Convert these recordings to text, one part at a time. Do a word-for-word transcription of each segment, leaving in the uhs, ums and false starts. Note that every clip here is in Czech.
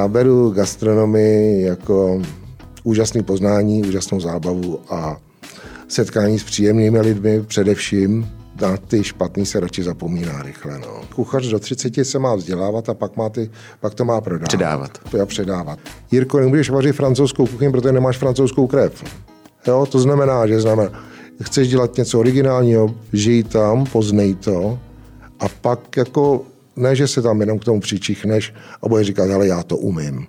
Já beru gastronomii jako úžasné poznání, úžasnou zábavu a setkání s příjemnými lidmi, především na ty špatný se radši zapomíná rychle. No. Kuchař do třiceti se má vzdělávat a pak, má ty, pak to má prodávat. Předávat. To je předávat. Jirko, nemůžeš vařit francouzskou kuchyni, protože nemáš francouzskou krev. Jo, to znamená, že znamená, chceš dělat něco originálního, žij tam, poznej to a pak jako, ne, že se tam jenom k tomu přičichneš a budeš říkat, ale já to umím.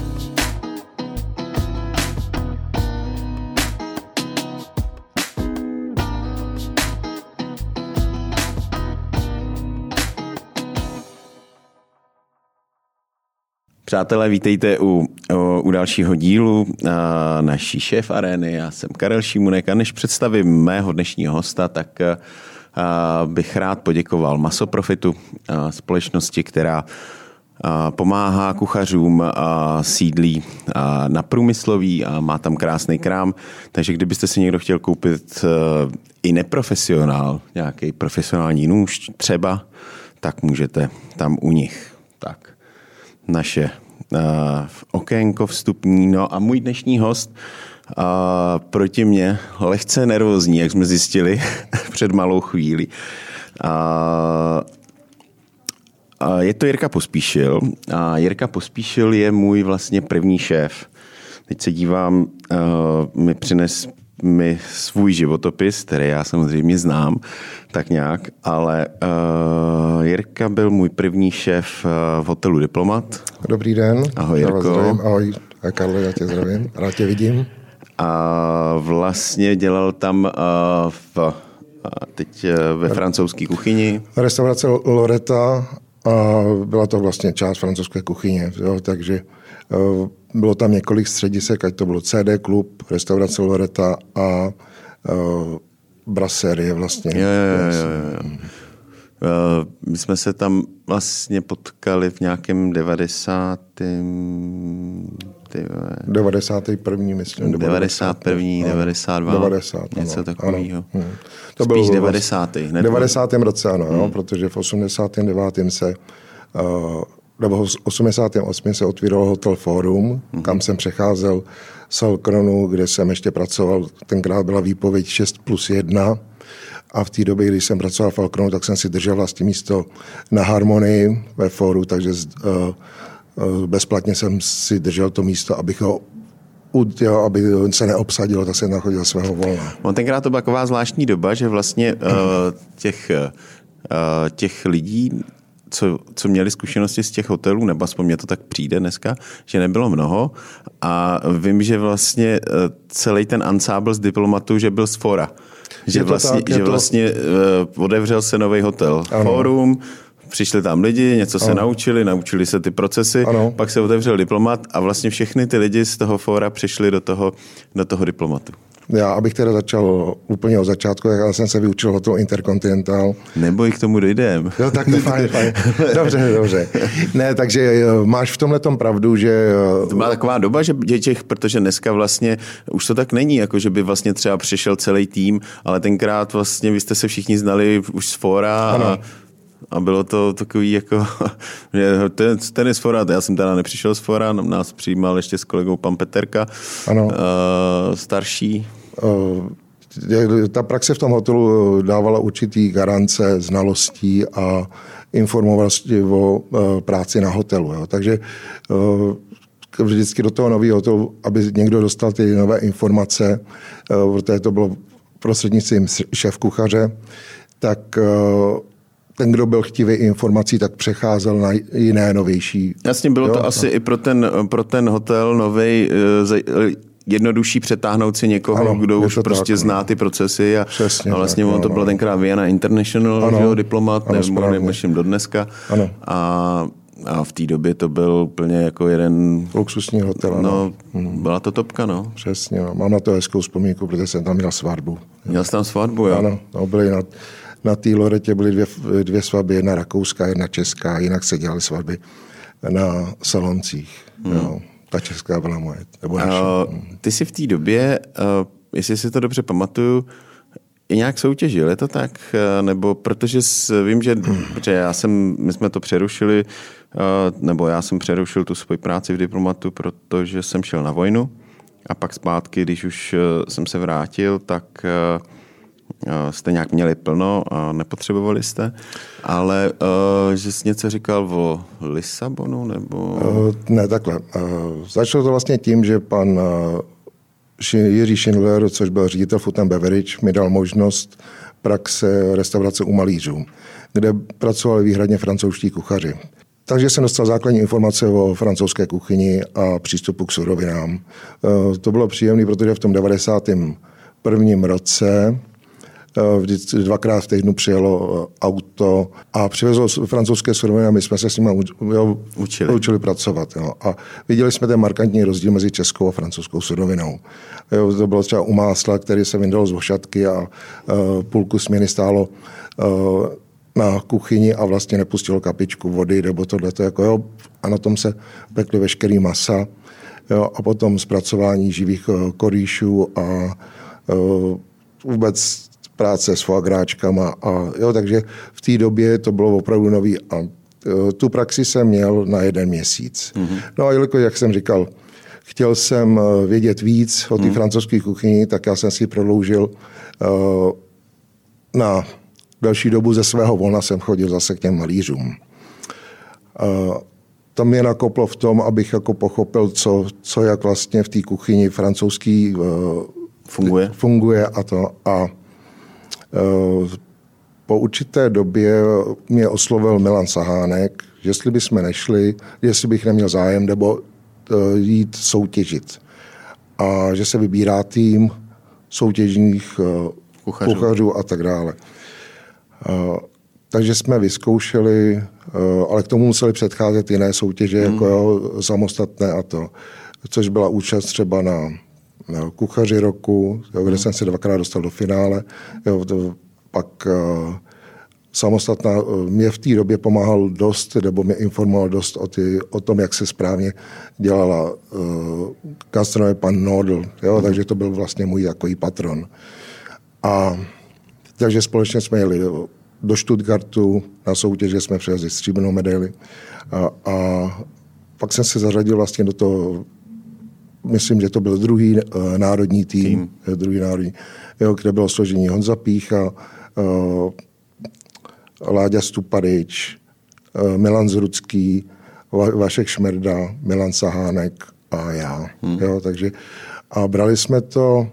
Přátelé, vítejte u, u dalšího dílu a, naší šéf arény. Já jsem Karel Šímunek a než představím mého dnešního hosta, tak a, bych rád poděkoval Masoprofitu, a, společnosti, která a, pomáhá kuchařům a sídlí a, na Průmyslový a má tam krásný krám. Takže kdybyste si někdo chtěl koupit a, i neprofesionál, nějaký profesionální nůž třeba, tak můžete tam u nich. Tak. Naše uh, okénko vstupní. No a můj dnešní host uh, proti mně lehce nervózní, jak jsme zjistili před malou chvíli. Uh, uh, je to Jirka Pospíšil. A Jirka Pospíšil je můj vlastně první šéf. Teď se dívám, uh, mi přines mi svůj životopis, který já samozřejmě znám, tak nějak, ale uh, Jirka byl můj první šéf uh, v hotelu Diplomat. Dobrý den. Ahoj, Jirko. Ahoj, Karlo, já tě zdravím. Rád tě vidím. A vlastně dělal tam uh, v, uh, teď uh, ve francouzské kuchyni. Restaurace Loreta a byla to vlastně část francouzské kuchyně, jo, takže uh, bylo tam několik středisek, ať to bylo C D Klub, restaurace Loreta a uh, Brasserie vlastně. Jo, jo, jo, jo. Uh, my jsme se tam vlastně potkali v nějakém devadesátém devadesátém prvním myslím. devadesát první, devadesát dva devadesát, něco takového. Hmm. To Spíš bylo devadesátém V devadesátém roce, ano, hmm. jo, protože v osmdesátém devátém se uh, nebo v osmdesátém osmém se otvíral hotel Forum, hmm. kam jsem přecházel z Halkronu, kde jsem ještě pracoval. Tenkrát byla výpověď šest plus jedna. A v té době, když jsem pracoval v Halkronu, tak jsem si držel vlastně místo na Harmonii ve Foru, takže uh, uh, bezplatně jsem si držel to místo, abych ho jo, aby se neobsadilo, tak jsem nachodil svého volna. On tenkrát to byla taková zvláštní doba, že vlastně uh, těch, uh, těch lidí, co, co měli zkušenosti z těch hotelů, nebo aspoň mě to tak přijde dneska, že nebylo mnoho. A vím, že vlastně uh, celý ten ansábl z Diplomatu, že byl z Fora. Že vlastně, tak, že to... vlastně uh, otevřel se nový hotel. Ano. Forum, přišli tam lidi, něco se ano. naučili, naučili se ty procesy, ano. pak se otevřel Diplomat a vlastně všechny ty lidi z toho Fora přišli do toho, do toho Diplomatu. Já, abych teda začal úplně od začátku, já jsem se vyučil hotel Intercontinental. Neboj, k tomu dojdem. Jo, tak to fajn, fajn. Dobře, dobře. Ne, takže máš v tomhletom pravdu, že... To byla taková doba, že těch, protože dneska vlastně už to tak není, jako že by vlastně třeba přišel celý tým, ale tenkrát vlastně vy jste se všichni znali už z Fora a, a bylo to takový jako, že ten, ten je z Fora, já jsem teda nepřišel z Fora, nás přijímal ještě s kolegou pan Peterka, ano. Uh, starší. Uh, ta praxe v tom hotelu dávala určitý garance znalostí a informovanosti o uh, práci na hotelu. Jo. Takže uh, vždycky do toho nového hotelu, aby někdo dostal ty nové informace, uh, protože to bylo prostřednictvím šéfkuchaře, tak uh, ten, kdo byl chtivý informací, tak přecházel na jiné novější. Jasně, bylo jo, to no. asi i pro ten, pro ten hotel novej jednodušší přetáhnout si někoho, ano, kdo už prostě tak, zná ty procesy a, a vlastně tak, ono to bylo tenkrát Vienna International, ano, že, Diplomat, nevím do dneska. Ano. A, a v té době to byl úplně jako jeden... luxusní hotel, no. Hmm. Byla to topka, no. Přesně, no. Mám na to hezkou vzpomínku, protože jsem tam měl svatbu. Měl jsi tam svatbu, jo? Ano, no, byly na, na té Loretě byly dvě, dvě svatby, jedna rakouská, jedna česká, jinak se dělaly svatby na saloncích, hmm. jo. Ta česká byla moje. Nebo naše. Uh, ty jsi v té době, uh, jestli si to dobře pamatuju, i nějak soutěžil, je to tak? Uh, nebo protože s, vím, že, hmm. že já jsem, my jsme to přerušili nebo já jsem přerušil tu svoji práci v diplomatu, protože jsem šel na vojnu a pak zpátky, když už jsem se vrátil, tak jste nějak měli plno a nepotřebovali jste, ale uh, že jsi něco říkal o Lisabonu, nebo... Uh, ne, takhle. Uh, začalo to vlastně tím, že pan uh, Jiří Schindler, což byl ředitel Food and Beverage, mi dal možnost praxe restaurace u malířů, kde pracovali výhradně francouzští kuchaři. Takže jsem dostal základní informace o francouzské kuchyni a přístupu k surovinám. Uh, to bylo příjemné, protože v tom devadesátém prvním roce vždy dvakrát v týdnu přijelo auto a přivezlo francouzské suroviny a my jsme se s nimi učili, učili pracovat. Jo. A viděli jsme ten markantní rozdíl mezi českou a francouzskou surovinou. Jo, to bylo třeba u másla, který se vyndalo z vošatky a uh, půlku směny stálo uh, na kuchyni a vlastně nepustilo kapičku vody nebo tohleto. Jako, jo, a na tom se pekly veškerý masa. Jo, a potom zpracování živých uh, korýšů a uh, vůbec práce s foagráčkama. A, jo, takže v té době to bylo opravdu nový. A tu praxi jsem měl na jeden měsíc. Mm-hmm. No a jelikož, jak jsem říkal, chtěl jsem vědět víc o té mm. francouzské kuchyni, tak já jsem si ji prodloužil uh, na další dobu. Ze svého volna jsem chodil zase k těm malířům. Uh, to mě nakoplo v tom, abych jako pochopil, co, co jak vlastně v té kuchyni francouzský uh, funguje. funguje a to. A po určité době mě oslovil Milan Sahánek, jestli bychom nešli, jestli bych neměl zájem, nebo jít soutěžit. A že se vybírá tým soutěžních kuchařů, kuchařů a tak dále. Takže jsme vyzkoušeli, ale k tomu museli předcházet jiné soutěže, hmm. jako jo, samostatné a to, což byla účast třeba na kuchaři roku, jo, kde hmm. jsem se dvakrát dostal do finále. Jo, to, pak uh, samostatná, mě v té době pomáhal dost, nebo mě informoval dost o, ty, o tom, jak se správně dělala uh, gastronomie pan Nodl, jo, hmm. takže to byl vlastně můj takový patron. A takže společně jsme jeli do, do Stuttgartu na soutěže, jsme přivezli stříbrnou medaili a, a pak jsem se zařadil vlastně do toho. Myslím, že to byl druhý uh, národní tým, tým. druhý národní, jo, kde bylo složení Honza Pícha, uh, Láďa Stuparič, uh, Milan Zrucký, Va- Vašek Šmerda, Milan Sahánek a já. Hmm. Jo, takže, a brali jsme to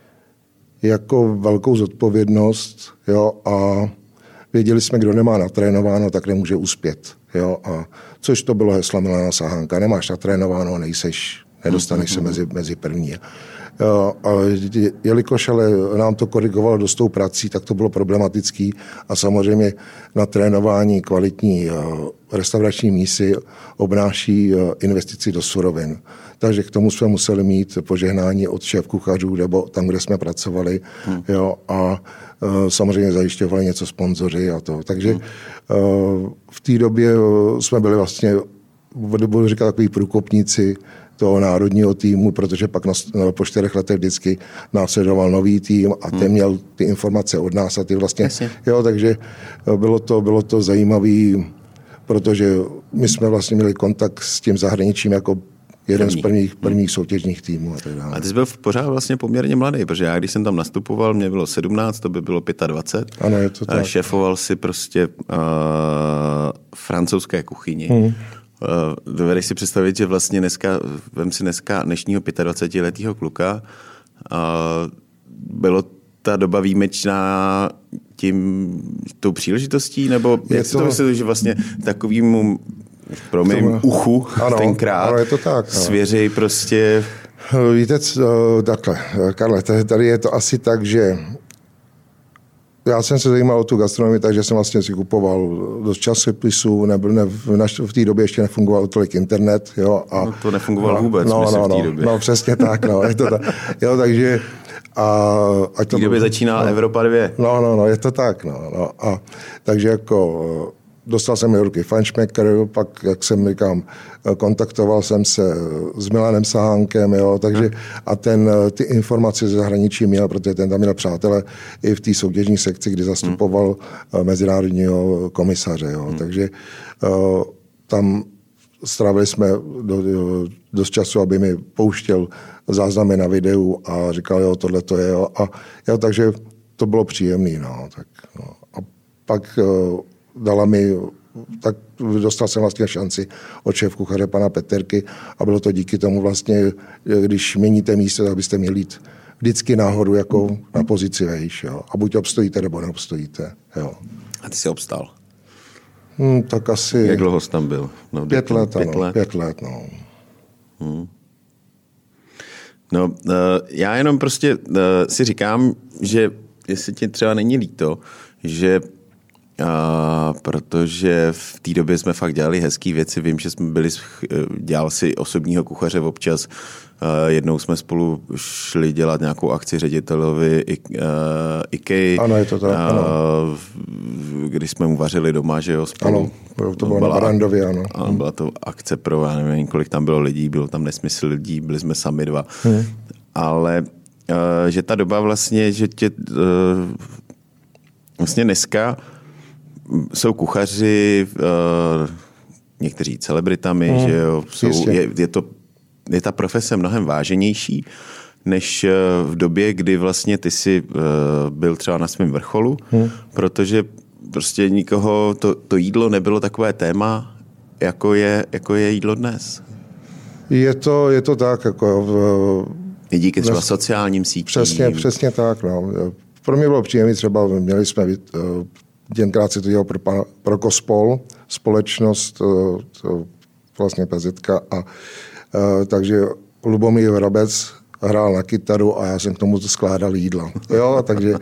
jako velkou zodpovědnost, jo, a věděli jsme, kdo nemá natrénováno, tak nemůže uspět. Jo, a což to bylo hesla Milana Sahánka. Nemáš natrénováno, nejseš nedostaneš se mezi, mezi první. Jo, ale jelikož ale nám to korigovalo dost tou prací, tak to bylo problematický a samozřejmě na trénování kvalitní restaurační mísy obnáší investici do surovin. Takže k tomu jsme museli mít požehnání od šéf kuchařů nebo tam, kde jsme pracovali, hmm. jo, a samozřejmě zajišťovali něco sponzoři a to. Takže hmm. v té době jsme byli vlastně, budu říkat, takový průkopníci toho národního týmu, protože pak na, po čtyřech letech vždycky následoval nový tým a ten hmm. měl ty informace od nás a ty vlastně, jo, takže bylo to, bylo to zajímavý, protože my jsme vlastně měli kontakt s tím zahraničím jako jeden První. z prvních, prvních soutěžních týmů. A, tak dále. A ty jsi byl pořád vlastně poměrně mladý, protože já, když jsem tam nastupoval, mě bylo sedmnáct, to by bylo dvacet pět. Ano, je to tak. Šéfoval si prostě uh, francouzské kuchyni. Hmm. Uh, dovedeš si představit, že vlastně dneska, vem si dneska dnešního dvacetiletého kluka, uh, bylo ta doba výjimečná tím, tou příležitostí, nebo je jak to... si to myslíš, že vlastně takovýmu pro mým uchu ano, tenkrát ano, je to tak, svěřej prostě... Víte, takhle, Karle, tady je to asi tak, že já jsem se zajímal o tu gastronomii, takže jsem vlastně si kupoval dost časopisů, nebyl, ne, v, v té době ještě nefungoval tolik internet. Jo, a, no to nefungovalo no, vůbec, no, myslím, no, v té době. No, přesně tak, no, je to tak. Jo, takže... A, v té době začíná no, Evropa dvě. No, no, no, je to tak, no, no. A, takže jako... Dostal jsem do ruky Feinschmecker, pak, jak jsem říkám, kontaktoval jsem se s Milanem Sahánkem, jo, takže a ten ty informace ze zahraničí měl, protože ten tam měl přátele i v té soutěžní sekci, kdy zastupoval hmm. mezinárodního komisaře, jo, hmm. takže tam strávili jsme do, do, dost času, aby mi pouštěl záznamy na videu a říkal, jo, tohle to je, jo. A jo, takže to bylo příjemný, no. Tak, no. A pak uh, dala mi, tak dostal jsem vlastně šanci od šéfkuchaře pana Peterky a bylo to díky tomu vlastně, když měníte místo, tak byste měli jít vždycky nahoru jako na pozici vejš, jo. A buď obstojíte, nebo neobstojíte, jo. A ty jsi obstál? Hmm, tak asi... Jak dlouho jsi tam byl? No, pět let, pět ano, let. pět let, no. Hmm. No, uh, já jenom prostě uh, si říkám, že jestli ti třeba není líto, že uh, protože v té době jsme fakt dělali hezký věci, vím, že jsme byli, dělal si osobního kuchaře občas, uh, jednou jsme spolu šli dělat nějakou akci ředitelovi I, uh, IKEA. Ano, je to tak, uh, ano. Když jsme mu vařili doma, že jo, spolu. Ano, to bylo byla, na Barandově, ano. ano. Byla to akce pro, já nevím, kolik tam bylo lidí, bylo tam nesmysl lidí, byli jsme sami dva. Hmm. Ale uh, že ta doba vlastně, že tě uh, vlastně dneska jsou kuchaři, uh, někteří celebritami, hmm. že jo, jsou, je, je, to, je ta profese mnohem váženější, než v době, kdy vlastně ty jsi uh, byl třeba na svém vrcholu, hmm. protože prostě nikoho, to, to jídlo nebylo takové téma, jako je, jako je jídlo dnes. Je to, je to tak, jako... I díky třeba dnes, sociálním sítím. Přesně, přesně tak, no. Pro mě bylo příjemné, třeba měli jsme, tenkrát si to dělal pro, pro Kospol, společnost, to, vlastně P Z K, a, a takže Lubomír Vrabec hrál na kytaru a já jsem k tomu skládal jídla. Jo, takže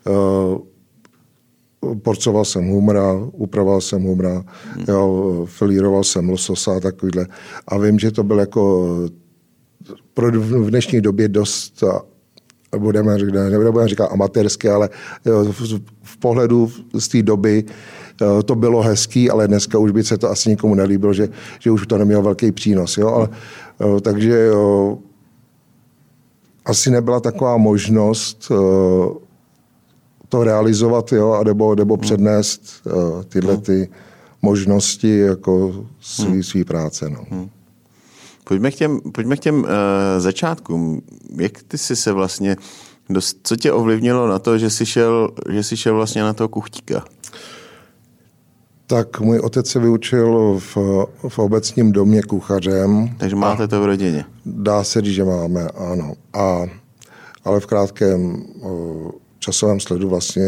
uh, porcoval jsem humra, upravoval jsem humra, hmm. jo, filíroval jsem lososa a takovýhle. A vím, že to byl jako pro v dnešní době dost, budeme, nebudeme říkat amatérsky, ale jo, v, v pohledu z té doby uh, to bylo hezký, ale dneska už by se to asi nikomu nelíbilo, že, že už to nemělo velký přínos. Jo? Ale, uh, takže uh, asi nebyla taková možnost uh, to realizovat, jo, a nebo, nebo přednést uh, tyhle ty možnosti jako svý, hmm. svý práce. No. Hmm. Pojďme k těm, pojďme k těm uh, začátkům. Jak ty jsi se vlastně, dost, co tě ovlivnilo na to, že jsi šel, že jsi šel vlastně na toho kuchtíka? Tak můj otec se vyučil v, v obecním domě kuchařem. Takže máte to v rodině? Dá se říct, že máme, ano. A, ale v krátkém o, časovém sledu vlastně,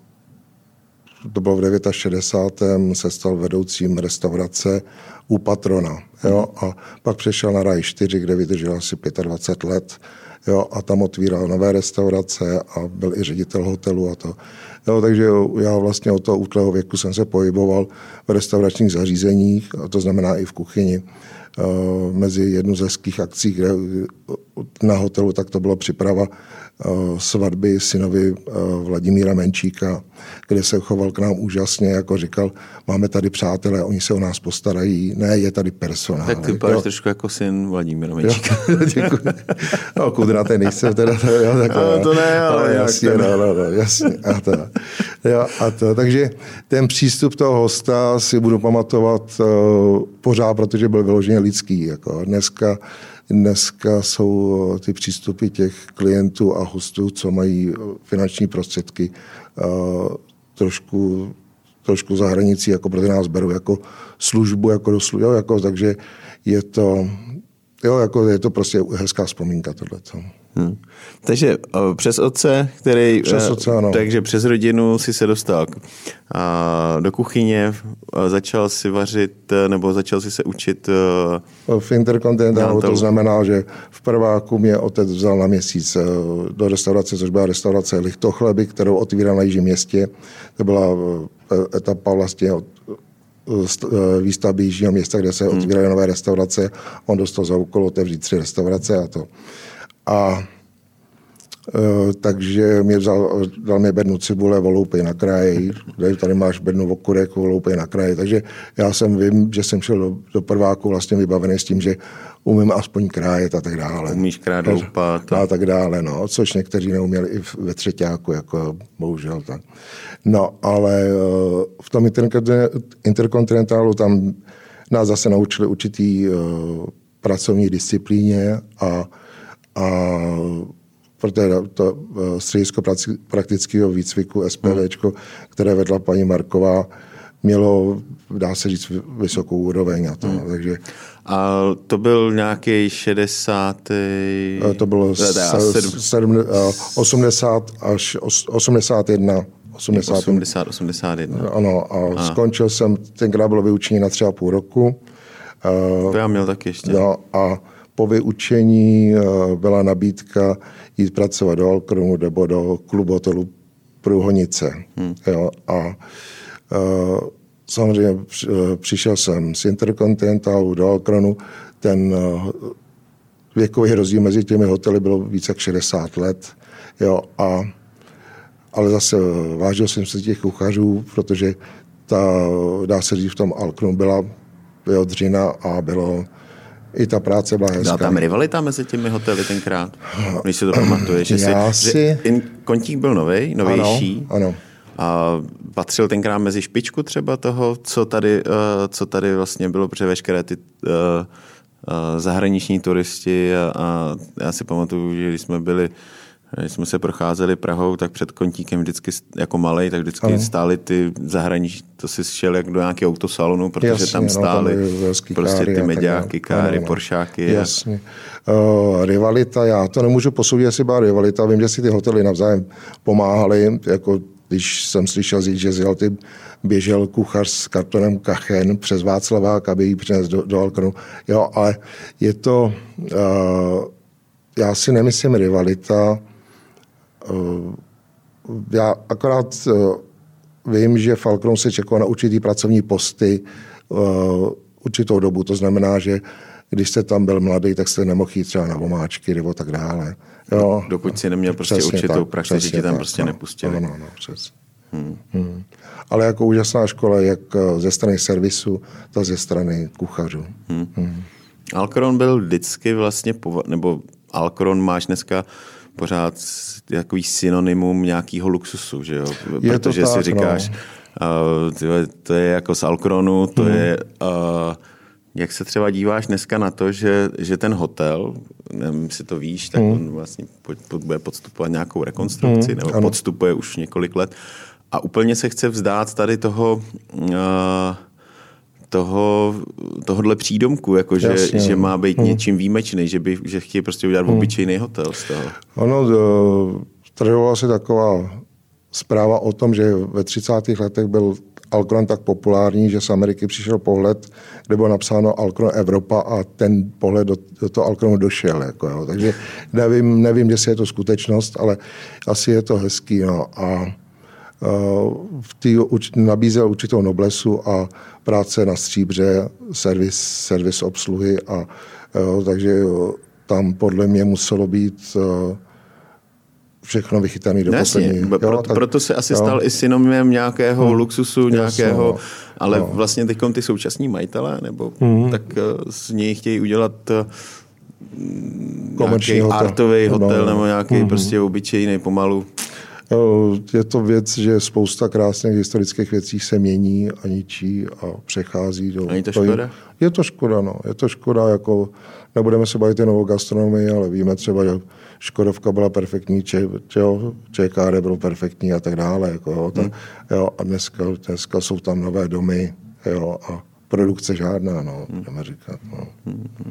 to bylo v šedesátém devátém se stal vedoucím restaurace u Patrona. Jo? A pak přešel na Raj čtyři, kde vydržel asi dvacet pět let. Jo? A tam otvíral nové restaurace a byl i ředitel hotelu a to. Jo, takže já vlastně od toho útlého věku jsem se pohyboval v restauračních zařízeních, a to znamená i v kuchyni. Mezi jednu z hezkých akcí, kde na hotelu, tak to byla příprava svatby synovi Vladimíra Menčíka, kde se choval k nám úžasně, jako říkal, máme tady přátelé, oni se o nás postarají, ne, je tady personál. Tak ty vypadáš trošku jako syn Vladimíra Menčíka. Děkuji. No, kudratý nejsem teda. Jo, takhle, no, to ne, ale, ale jasně, no, no, no, jasně. A to, jo, a to, takže ten přístup toho hosta si budu pamatovat uh, pořád, protože byl vyloženě lidský. Jako. Dneska, dneska jsou ty přístupy těch klientů a hostů, co mají finanční prostředky, uh, trošku, trošku za hranicí, jako pro ty nás berou jako službu, jako do službu, jako, takže je to, jo, jako je to prostě hezká vzpomínka tohleto. Hmm. Takže přes otce, který, přes otce, ano. Takže přes rodinu si se dostal a do kuchyně, a začal si vařit, nebo začal si se učit v Interkontinentálu, to znamená, že v prváku mě otec vzal na měsíc do restaurace, což byla restaurace Lichtochleby, kterou otvíral na Jižním Městě. To byla etapa vlastně od výstavby Jižního Města, kde se otvíraly hmm. nové restaurace. On dostal za úkol otevřít tři restaurace a to. A e, takže mě vzal, dal mě bednu cibule, oloupej na kraji, tady máš bednu okurek, oloupej na kraji. Takže já jsem vím, že jsem šel do, do prváku vlastně vybavený s tím, že umím aspoň krájet a tak dále. Umíš krát loupat. A tak dále, no, což někteří neuměli i ve třeťáku, jako bohužel tak. No, ale v tom interkontinentálu tam nás zase naučili určitý uh, pracovní disciplíně a, a protože to uh, středisko praktického výcviku SPVčko, hmm. které vedla paní Marková, mělo, dá se říct, vysokou úroveň. A, to, hmm. takže, a to byl nějaký šedesátý To bylo sedm, osmdesát až osmdesát jedna. osmdesát, osmdesát jedna. Ano, a, a skončil jsem, tenkrát bylo vyučení na třeba půl roku. To já měl taky ještě. No, a po vyučení byla nabídka jít pracovat do Alkronu nebo do klubu hotelu Průhonice. Hmm. Jo, a Uh, samozřejmě přišel jsem z Intercontinentalu do Alkronu. Ten uh, věkový rozdíl mezi těmi hotely bylo více jak šedesát let. Jo, a, ale zase vážil jsem se těch kuchařů, protože ta, dá se říct, v tom Alkronu byla jo, dřina a bylo i ta práce byla hezká. Byla tam rivalita mezi těmi hotely tenkrát? Když si to pamatuješ, že, Já si, si... že Kontík byl novej, novější. Ano, ano. A patřil tenkrát mezi špičku třeba toho, co tady, co tady vlastně bylo, protože veškeré ty zahraniční turisti a, a já si pamatuju, že když jsme byli, když jsme se procházeli Prahou, tak před Kontíkem vždycky jako malej, tak vždycky ano. stály ty zahraniční, to si šel jak do nějakého autosalonu, protože jasně, tam stály no, tam prostě ty mediáky, káry, poršáky. Jasně. Uh, rivalita, já to nemůžu posoudit, jestli byla rivalita, vím, že si ty hotely navzájem pomáhali, jako když jsem slyšel říct, že z Jalty běžel kuchař s kartonem kachen přes Václavák, aby ji přines do, do Alkronu. Jo, ale je to, uh, já si nemyslím rivalita. Uh, já akorát uh, vím, že v Alkronu se čekalo na určitý pracovní posty uh, určitou dobu. To znamená, že když jste tam byl mladý, tak jste nemohl jít třeba na omáčky nebo tak dále. Jo. Dokud si neměl prostě přesně určitou tak, praxi, že ti tam tak, prostě no, nepustili. No, no, no, přes. Hmm. Hmm. Ale jako úžasná škola, jak ze strany servisu, tak ze strany kuchařů. Hmm. Hmm. Alkron byl vždycky vlastně, nebo Alkron máš dneska pořád takový synonymum nějakého luxusu, že jo? Je protože to si tak, říkáš, no. uh, tyhle, to je jako z Alkronu, to hmm. je... Uh, jak se třeba díváš dneska na to, že, že ten hotel, nevím, jestli to víš, tak hmm. on vlastně pod, pod, bude podstupovat nějakou rekonstrukci, hmm. nebo ano. podstupuje už několik let a úplně se chce vzdát tady toho, uh, toho tohodle přídomku, jako že, že má být hmm. něčím výjimečný, že, by, že chtějí prostě udělat hmm. obyčejný hotel z toho. Ono, trhovala se taková zpráva o tom, že ve třicátých letech byl Alkron tak populární, že z Ameriky přišel pohled, kde bylo napsáno Alkron Evropa a ten pohled do, do toho Alkronu došel. Jako, jo. Takže nevím, nevím, jestli je to skutečnost, ale asi je to hezký. No. A v tý, nabízel určitou noblesu a práce na stříbře, servis, servis obsluhy. A, jo, takže jo, tam podle mě muselo být všechno vychytaný do poslední. Proto, proto se asi jo. stal i synonymem nějakého hmm. luxusu, nějakého, no, ale no. vlastně teď ty současní majitelé, nebo hmm. tak z něj chtějí udělat nějaký artový hotel, no. nebo nějaký hmm. prostě obyčejný pomalu. Je to věc, že spousta krásných historických věcí se mění a ničí a přechází do... A je to škoda? Je to škoda, no. Je to škoda, jako nebudeme se bavit jen o gastronomii, ale víme třeba, že Škodovka byla perfektní, če, čeho, ČKR bylo perfektní a tak dále. Jako, jo, ta, hmm. jo, a dneska, dneska jsou tam nové domy, jo, a produkce žádná, no, hmm. jdeme říkat. No. Hmm. Uh,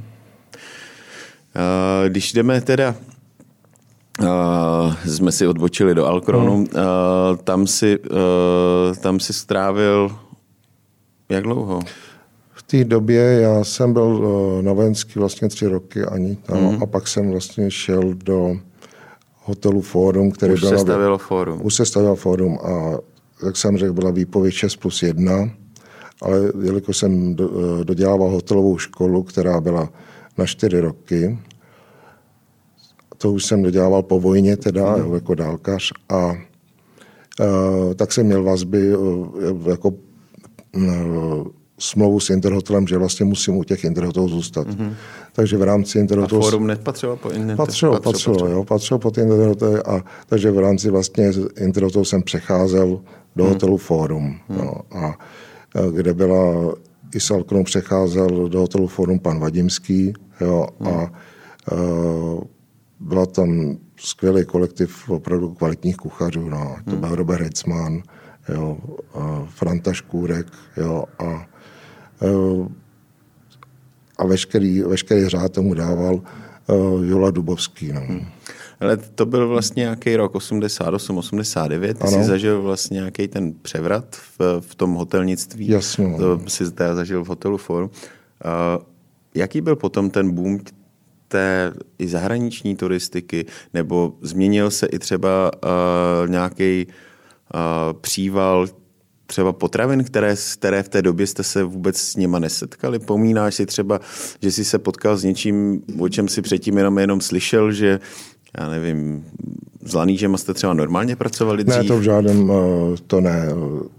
když jdeme teda Uh, jsme si odbočili do Alkronu. Hmm. Uh, tam, si, uh, tam si strávil jak dlouho? V té době já jsem byl uh, na vojenský vlastně tři roky ani tam hmm. a pak jsem vlastně šel do hotelu Fórum, který už byl... se stavilo Fórum. Už se stavilo Fórum a jak jsem řekl, byla výpověď šest plus jedna, ale jelikož jsem do, uh, dodělával hotelovou školu, která byla na čtyři roky, to už jsem dodělával po vojně teda, mm. jako dálkař a uh, tak jsem měl vazby uh, jako uh, smlouvu s Interhotelem, že vlastně musím u těch Interhotelů zůstat. Mm-hmm. Takže v rámci Interhotelů... A Fórum nepatřilo po Interhotel? Patřilo, patřilo, patřilo, jo, patřilo po Interhotel a takže v rámci vlastně Interhotelu jsem přecházel do mm. hotelu Fórum, mm. no, a kde byla i Salknou přecházel do hotelu Forum pan Vadimský, jo, a uh, byla tam skvělý kolektiv opravdu kvalitních kuchařů, no, to byl hmm. Robert Heitzman, jo, a Franta Škůrek, jo, a, uh, a veškerý, veškerý řád tomu dával uh, Jola Dubovský, no. Hmm. Ale to byl vlastně nějaký rok osmdesát osm osmdesát devět, ty ano. jsi zažil vlastně nějaký ten převrat v, v tom hotelnictví. Jasně. To jsi teda zažil v hotelu Forum. Uh, jaký byl potom ten boom té i zahraniční turistiky, nebo změnil se i třeba uh, nějaký uh, příval třeba potravin, které, které v té době jste se vůbec s nima nesetkali? Pomínáš si třeba, že jsi se potkal s něčím, o čem si předtím jenom, jenom slyšel, že já nevím, s lanížema jste třeba normálně pracovali dřív? Ne, to v žádném, to ne.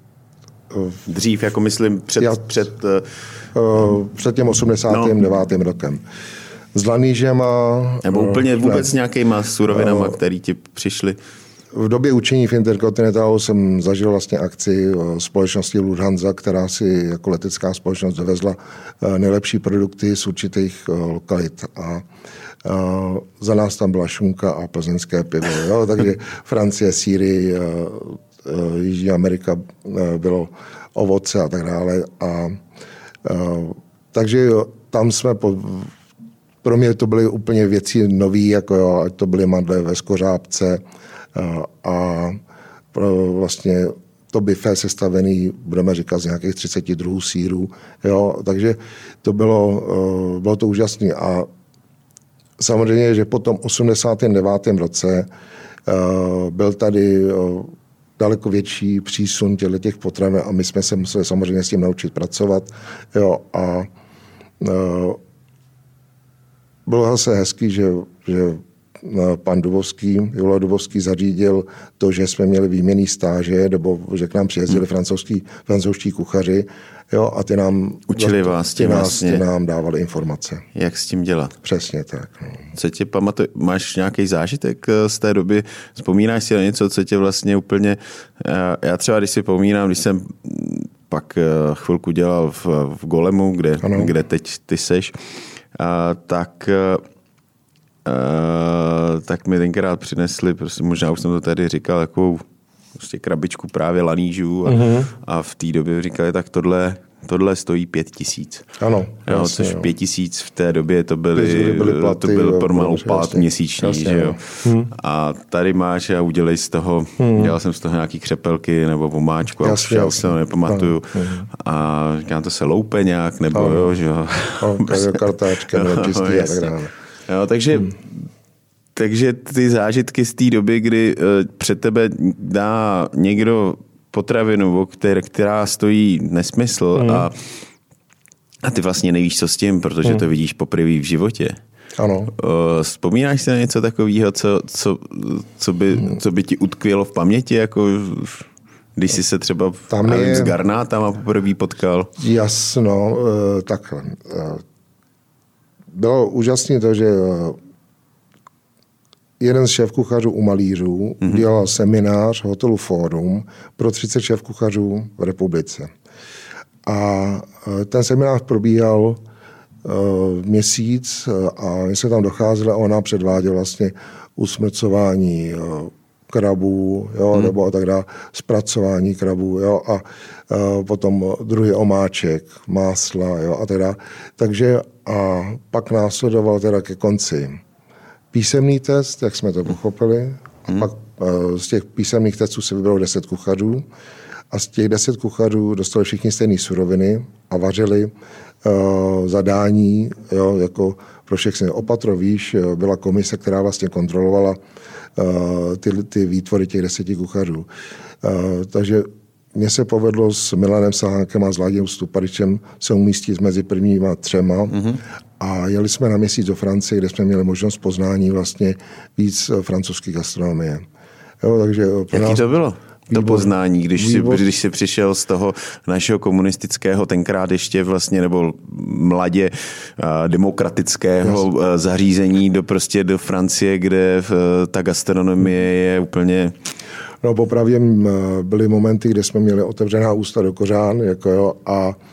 Dřív, jako myslím, před... Já, před, před tím osmdesátým devátým No. rokem. S lanížema... Nebo úplně vůbec ne. nějakýma surovinama, které ti přišly? V době učení v Intercontinentalu jsem zažil vlastně akci společnosti Lufthansa, která si jako letecká společnost dovezla nejlepší produkty z určitých lokalit. A Uh, za nás tam byla šunka a plzeňské pivo. Jo? Takže Francie, Sýrie, uh, uh, Jižní Amerika uh, bylo ovoce a tak dále. A, uh, takže jo, tam jsme, po, pro mě to byly úplně věci nový, jako jo, ať to byly mandle ve skořápce uh, a pro vlastně to buffet sestavený, budeme říkat, z nějakých třicet druhů sýrů. Jo? Takže to bylo, uh, bylo to úžasné. A samozřejmě, že po tom osmdesátém devátém roce uh, byl tady uh, daleko větší přísun těch potravin a my jsme se museli samozřejmě s tím naučit pracovat. Jo, a uh, bylo zase hezký, že, že pan Dubovský, Jola Dubovský zařídil to, že jsme měli výměnný stáže, nebo že k nám přijezdili hmm. francouzští, francouzští kuchaři, jo, a ty nám učili vás, ty, nás, vlastně, ty nám dávali informace. Jak s tím dělat? Přesně tak. No. Co tě pamatuje, máš nějaký zážitek z té doby? Vzpomínáš si na něco, co tě vlastně úplně... Já třeba, když si vzpomínám, když jsem pak chvilku dělal v, v Golemu, kde, kde teď ty seš, tak... Uh, tak mi tenkrát přinesli, prostě možná už jsem to tady říkal, takovou prostě krabičku právě lanížů a, uh-huh. a v té době říkali, tak tohle, tohle stojí pět tisíc. Ano. Jo, jasně, což jo. pět tisíc v té době to byly, byly platy, to byl pomalu plat měsíční, jasně, že jo. Hmm. A tady máš a udělej z toho, hmm. dělal jsem z toho nějaký křepelky nebo vomáčku a už já se to nepamatuju. Hmm. A říkám, to se loupe nějak, nebo ano. jo, že jo. Kartáčka, nebo čistý a tak dále. Jo, takže, hmm. takže ty zážitky z té doby, kdy uh, před tebe dá někdo potravinu, které, která stojí nesmysl hmm. a, a ty vlastně nevíš, co s tím, protože hmm. to vidíš poprvé v životě. Ano. Uh, vzpomínáš si na něco takového, co, co, co, by, hmm. co by ti utkvělo v paměti, jako když jsi se třeba tam je... s garnátama poprvé potkal? Jasno, uh, takhle. Uh, Bylo úžasné to, že jeden z šéfkuchařů u malířů mm-hmm. dělal seminář v hotelu Forum pro třicet šéfkuchařů v republice. A ten seminář probíhal uh, měsíc a my jsme tam docházeli a on nám předváděl vlastně usmrcování uh, krabů, jo, hmm. nebo a tak dále, zpracování krabů, jo, a uh, potom druhý omáček, másla, jo, a tak dále. Takže a pak následoval teda ke konci písemný test, jak jsme to pochopili, a hmm. pak uh, z těch písemných testů se vybralo deset kuchařů a z těch deset kuchařů dostali všichni stejné suroviny a vařili uh, zadání, jo, jako pro všechny. Opatro, víš, byla komise, která vlastně kontrolovala uh, ty, ty výtvory těch deseti kuchařů. Uh, takže mně se povedlo s Milanem Sahánkem a s Láďou Stuparičem se umístit mezi prvníma třema mm-hmm. a jeli jsme na měsíc do Francie, kde jsme měli možnost poznání vlastně víc francouzské gastronomie. Jo, takže jaký nás... to bylo? To poznání, když jsi, když jsi přišel z toho našeho komunistického, tenkrát ještě vlastně, nebo mladě demokratického yes. zařízení do prostě do Francie, kde ta gastronomie je úplně... No popravdě byly momenty, kde jsme měli otevřená ústa do kořán, jako jo, a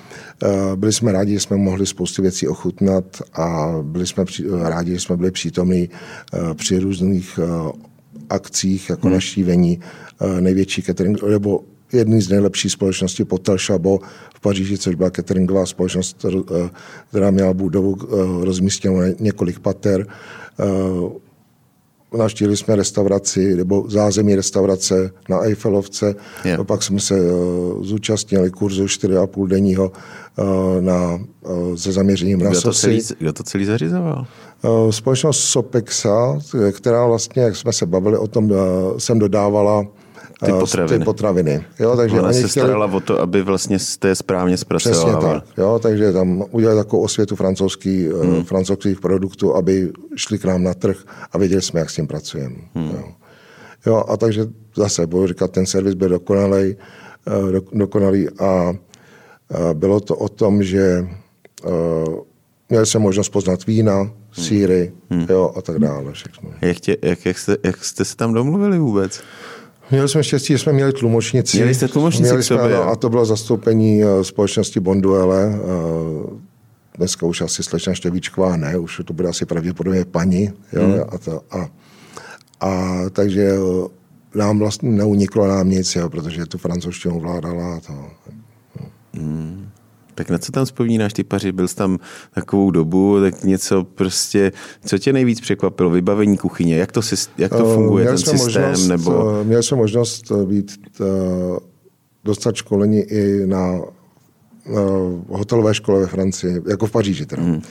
byli jsme rádi, že jsme mohli spoustu věcí ochutnat a byli jsme rádi, že jsme byli přítomní při různých akcích, jako hmm. navštívení největší catering, nebo jedný z nejlepších společností Potel Chabot v Paříži, což byla cateringová společnost, která měla budovu rozmístěnou na několik pater. Navštívili jsme restauraci, nebo zázemí restaurace na Eiffelovce. Yeah. Pak jsme se uh, zúčastnili kurzu čtyři a půl denního uh, na, uh, se zaměřením na sosy. Kdo to celý zařizoval? Uh, společnost Sopexa, která vlastně, jak jsme se bavili o tom, uh, jsem dodávala ty potraviny. Ty potraviny. Jo, takže ona oni se chtěli... starala o to, aby vlastně jste správně zpracovávali. Přesně tak. Jo, takže tam udělali takovou osvětu francouzský, hmm. francouzských produktů, aby šli k nám na trh a věděli jsme, jak s tím pracujeme. Hmm. Jo. jo, a takže zase, budu říkat, ten servis byl dokonalý, dokonalý a bylo to o tom, že měli jsme možnost poznat vína, sýry, hmm. jo, a tak dále. Všechno. Jak, tě, jak, jak, jste, jak jste se tam domluvili vůbec? Měli jsme štěstí, že jsme měli tlumočnici. Měli jste tlumočnici měli jsme, k sobě, a to bylo zastoupení společnosti Bonduelle. Dneska už asi slečna Štěvíčková ne, už to bude asi pravděpodobně paní. Jo, hmm. a, to, a, a takže nám vlastně neuniklo nám nic, jo, protože tu francouzštinu vládala. To. Hmm. Tak na co tam vzpomínáš, ty Paři? Byl jsi tam takovou dobu, tak něco prostě, co tě nejvíc překvapilo? Vybavení kuchyně, jak to, jak to funguje, měli ten systém? Možnost, nebo... Měli jsme možnost být, dostat školení i na hotelové škole ve Francii, jako v Paříži teda. Hmm.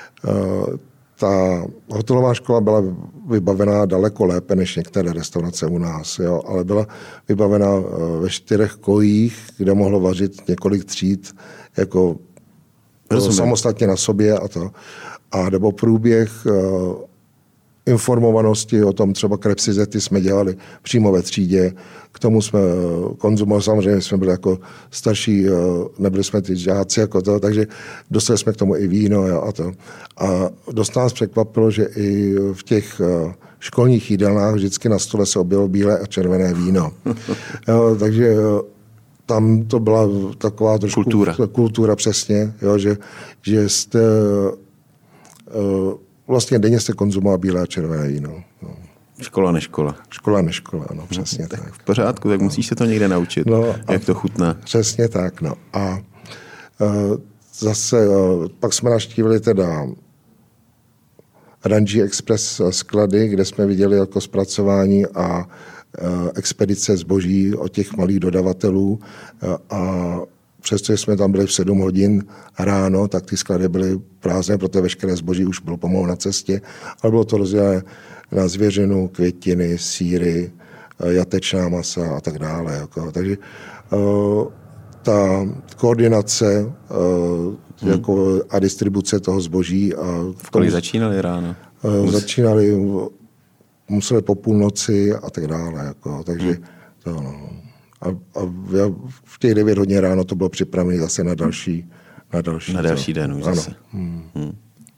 Ta hotelová škola byla vybavená daleko lépe než některé restaurace u nás, jo, ale byla vybavená ve čtyřech kojích, kde mohlo vařit několik tříd, jako Rozumím. samostatně na sobě a to. A nebo průběh uh, informovanosti o tom, třeba krepsizety jsme dělali přímo ve třídě, k tomu jsme uh, konzumovali, samozřejmě jsme byli jako starší, uh, nebyli jsme ty žáci jako to, takže dostali jsme k tomu i víno jo, a to. A dost nás překvapilo, že i v těch uh, školních jídelnách vždycky na stole se objevilo bílé a červené víno. jo, takže uh, tam to byla taková trošku kultura, kultura přesně, jo, že, že jste uh, vlastně denně jste konzumoval bílé a červené víno. No. Škola neškola. Škola neškola, ano, přesně tak. tak. V pořádku, tak musíš se to někde naučit, no, jak to chutná. Přesně tak, no. A uh, zase uh, pak jsme navštívili teda Rungis Express sklady, kde jsme viděli jako zpracování a expedice zboží od těch malých dodavatelů a přestože jsme tam byli v sedm hodin ráno, tak ty sklady byly prázdné, protože veškeré zboží už bylo pomalu na cestě, ale bylo to rozdělené na zvěřinu, květiny, sýry, jatečná masa a tak dále. Jako. Takže uh, ta koordinace uh, hmm. jako a distribuce toho zboží. A v kolik začínali ráno? Uh, začínali museli po půlnoci a tak dále. Jako, takže hmm. to, no. A, a v těch devět hodin ráno to bylo připravené zase na další na další, na další den už ano. zase. Hmm. Hmm.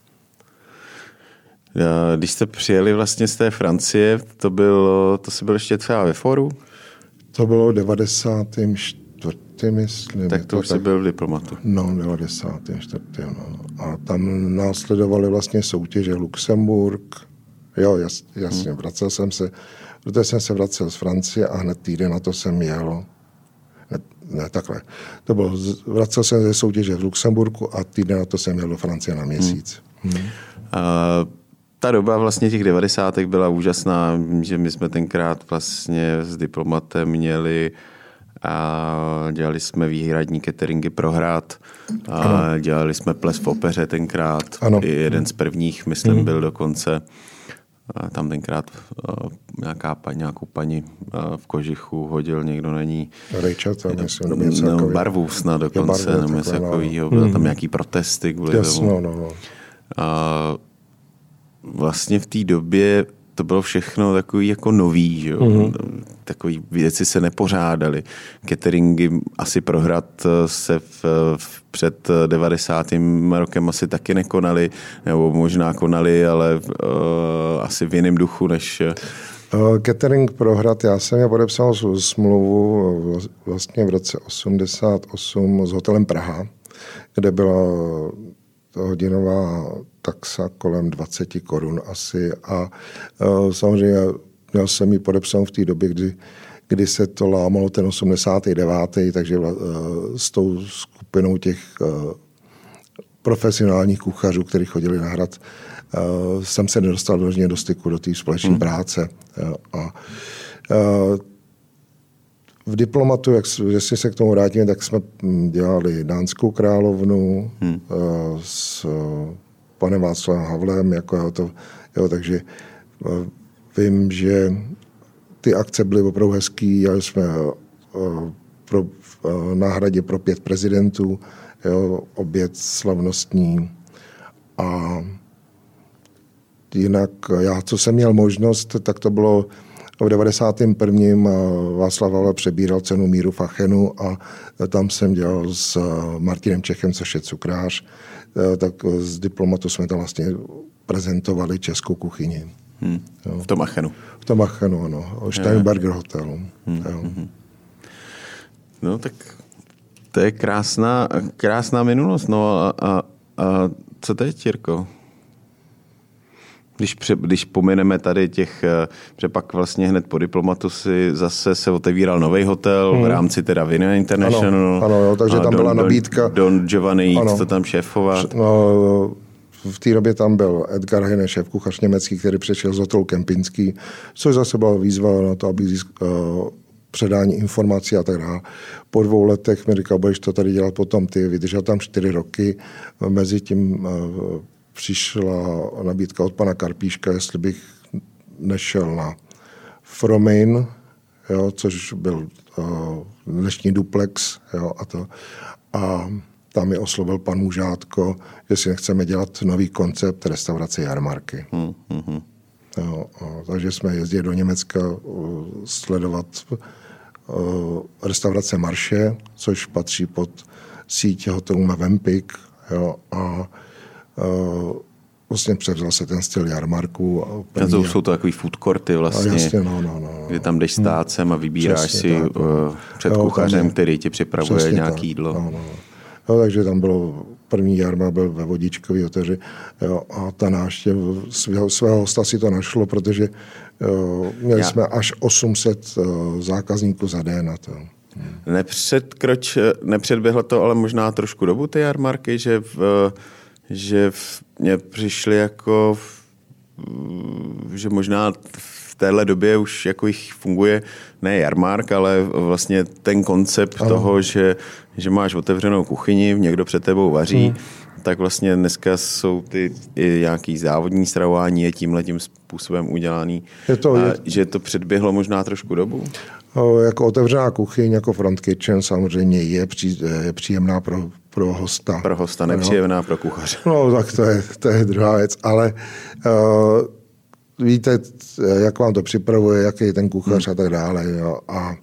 Když jste přijeli vlastně z té Francie, to bylo, to si byl ještě třeba ve Fóru? To bylo devadesátým čtvrtým myslím. Tak to, to už tak, jsi byl v Diplomatu. No, devadesátým čtvrtým No. A tam následovaly vlastně soutěže Luxemburg. Jo, jas, jasně, hmm. vracel jsem se, protože jsem se vracel z Francie a hned týden na to jsem jel. Ne, ne takhle. To bylo, vracel jsem ze soutěže v Luxemburku a týden na to jsem jel do Francie na měsíc. Hmm. Hmm. A ta doba vlastně těch devadesátek byla úžasná, že my jsme tenkrát vlastně s Diplomatem měli a dělali jsme výhradní cateringy pro Hrad a dělali jsme ples v opeře tenkrát. Ano. I jeden z prvních, myslím, hmm. byl dokonce. A tam tenkrát uh, nějaká paní, nějakou paní uh, v kožichu hodil někdo na ní Rejčat, myslím, no, no, barvu snad dokonce, jo, barvu, nebo takovýho, byly tam nějaký protesty kvůli yes, tomu. No, no, no. A vlastně v té době to bylo všechno takový jako nový, že jo? Mm-hmm. Takový věci se nepořádaly. Cateringy asi pro Hrad se v, v před devadesátým rokem asi taky nekonaly, nebo možná konaly, ale uh, asi v jiném duchu než... Uh, catering pro Hrad, já jsem je podepsal smlouvu vlastně v roce osmdesát osm s hotelem Praha. kde byla hodinová taxa kolem dvacet korun asi a samozřejmě měl jsem ji podepsanou v té době, kdy, kdy se to lámalo ten osmdesátý devátý takže s tou skupinou těch profesionálních kuchařů, kteří chodili na hrad, jsem se nedostal do, do styku do té společné hmm. práce. A v diplomatu, jak, jestli se k tomu vrátíme, tak jsme dělali Dánskou královnu hmm. s panem Václavem Havlem, jako to, jo, takže vím, že ty akce byly opravdu hezký, jeli jsme pro, na hradě pro pět prezidentů, jo, oběd slavnostní a jinak já, co jsem měl možnost, tak to bylo v devadesátém prvním Václav Havel přebíral cenu míru v Achenu a tam jsem dělal s Martinem Čechem, což je cukrář, tak z diplomatu jsme tam vlastně prezentovali českou kuchyni. Hmm. V tom Achenu. V tom Achenu, ano. O Steinberger hotelu. Hmm. Hmm. No tak to je krásná, krásná minulost. No a, a, a co teď, Jirko? Když, pře, když pomineme tady těch, že pak vlastně hned po diplomatu si zase se otevíral nový hotel hmm. v rámci teda Vina International. Ano, ano jo, takže tam Don, byla nabídka. Don, Don Giovanni jít to tam šéfovat. No, v té době tam byl Edgar Heine, šéf kuchař německý, který přišel z hotelu Kempinský, což zase byla výzva na to, aby získal uh, předání informací a tak dále. Po dvou letech mi říkal, budeš to tady dělat potom ty, vydržel tam čtyři roky. Mezi tím uh, přišla nabídka od pana Karpíška, jestli bych nešel na Fromain, jo, což byl uh, dnešní duplex. Jo, a, to. a tam mi oslovil pan Mužátko, že si nechceme dělat nový koncept restaurace Jarmarky. Hmm, hmm. Jo, takže jsme jezdili do Německa uh, sledovat uh, restaurace Marše, což patří pod síť hotelů Mövenpick. Jo, a uh, vlastně převzal se ten styl Jarmarku. A, a to jsou to takový food courty vlastně, jasně, no, no, no. kdy tam jdeš stácem a vybíráš přesně si tak, uh, před jo, kuchařem, který ti připravuje nějaké jídlo. No, no. Jo, takže tam bylo první jarma, byl ve Vodičkový hoteři jo, a ta návštěv svého, svého hosta si to našlo, protože jo, měli Já... jsme až osm set uh, zákazníků za den na to. Hmm. Nepředkroč, nepředběhlo to ale možná trošku dobu ty jarmarky, že v, že v, mě přišly jako, v, že možná v téhle době už jako jich funguje ne jarmark, ale vlastně ten koncept ano. toho, že, že máš otevřenou kuchyni, někdo před tebou vaří, hmm. tak vlastně dneska jsou ty i nějaký závodní stravování je tímhletím způsobem udělaný. Je to, je... Že to předběhlo možná trošku dobu? O, jako otevřená kuchyň, jako front kitchen samozřejmě je, pří, je příjemná pro, pro hosta. Pro hosta, nepříjemná no. pro kuchaře. No tak to je, to je druhá věc, ale uh, víte, jak vám to připravuje, jaký je ten kuchař hmm. a tak dále. Jo. A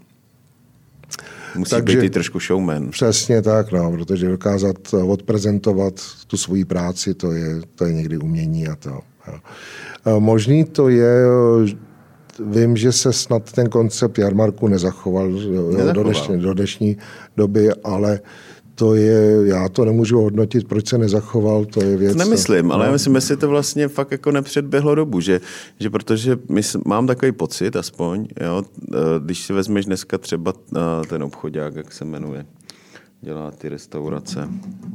musí takže, být i trošku showman. Přesně tak, no, protože dokázat odprezentovat tu svoji práci, to je, to je někdy umění a to. Jo. Možný to je, vím, že se snad ten koncept jarmarku nezachoval, nezachoval. Do, dnešní, do dnešní doby, ale to je, já to nemůžu hodnotit, proč se nezachoval, to je věc. To nemyslím, no. ale já myslím, jestli to vlastně fakt jako nepředběhlo dobu, že, že protože mysl, mám takový pocit aspoň, jo, když si vezmeš dneska třeba ten obchodák, jak se jmenuje, dělá ty restaurace,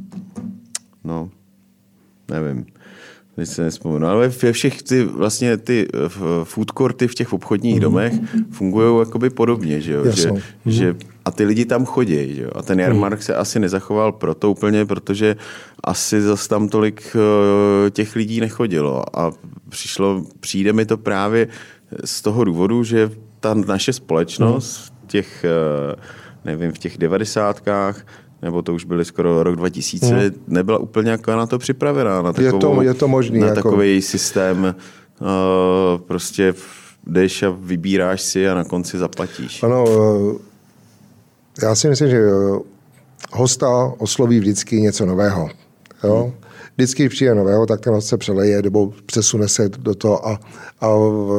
no, nevím, teď se nespomenu, ale ve všech ty, vlastně ty food courty v těch obchodních mm-hmm. domech fungují jakoby podobně, že jo, yes, že, mm-hmm. že a ty lidi tam chodí, že jo, a ten jarmark mm. se asi nezachoval proto úplně, protože asi zas tam tolik uh, těch lidí nechodilo a přišlo, přijde mi to právě z toho důvodu, že ta naše společnost mm. v těch, uh, nevím, v těch devadesátkách nebo to už byly skoro rok dva tisíce, hmm. nebyla úplně jako na to připravená. Na takovou, je, to, je to možný. Na jako... takový systém, uh, prostě jdeš a vybíráš si a na konci zaplatíš. Ano, já si myslím, že hosta osloví vždycky něco nového. Jo? Hmm. Vždycky, když přijde nového, tak ten host se přeleje nebo přesune se do toho a, a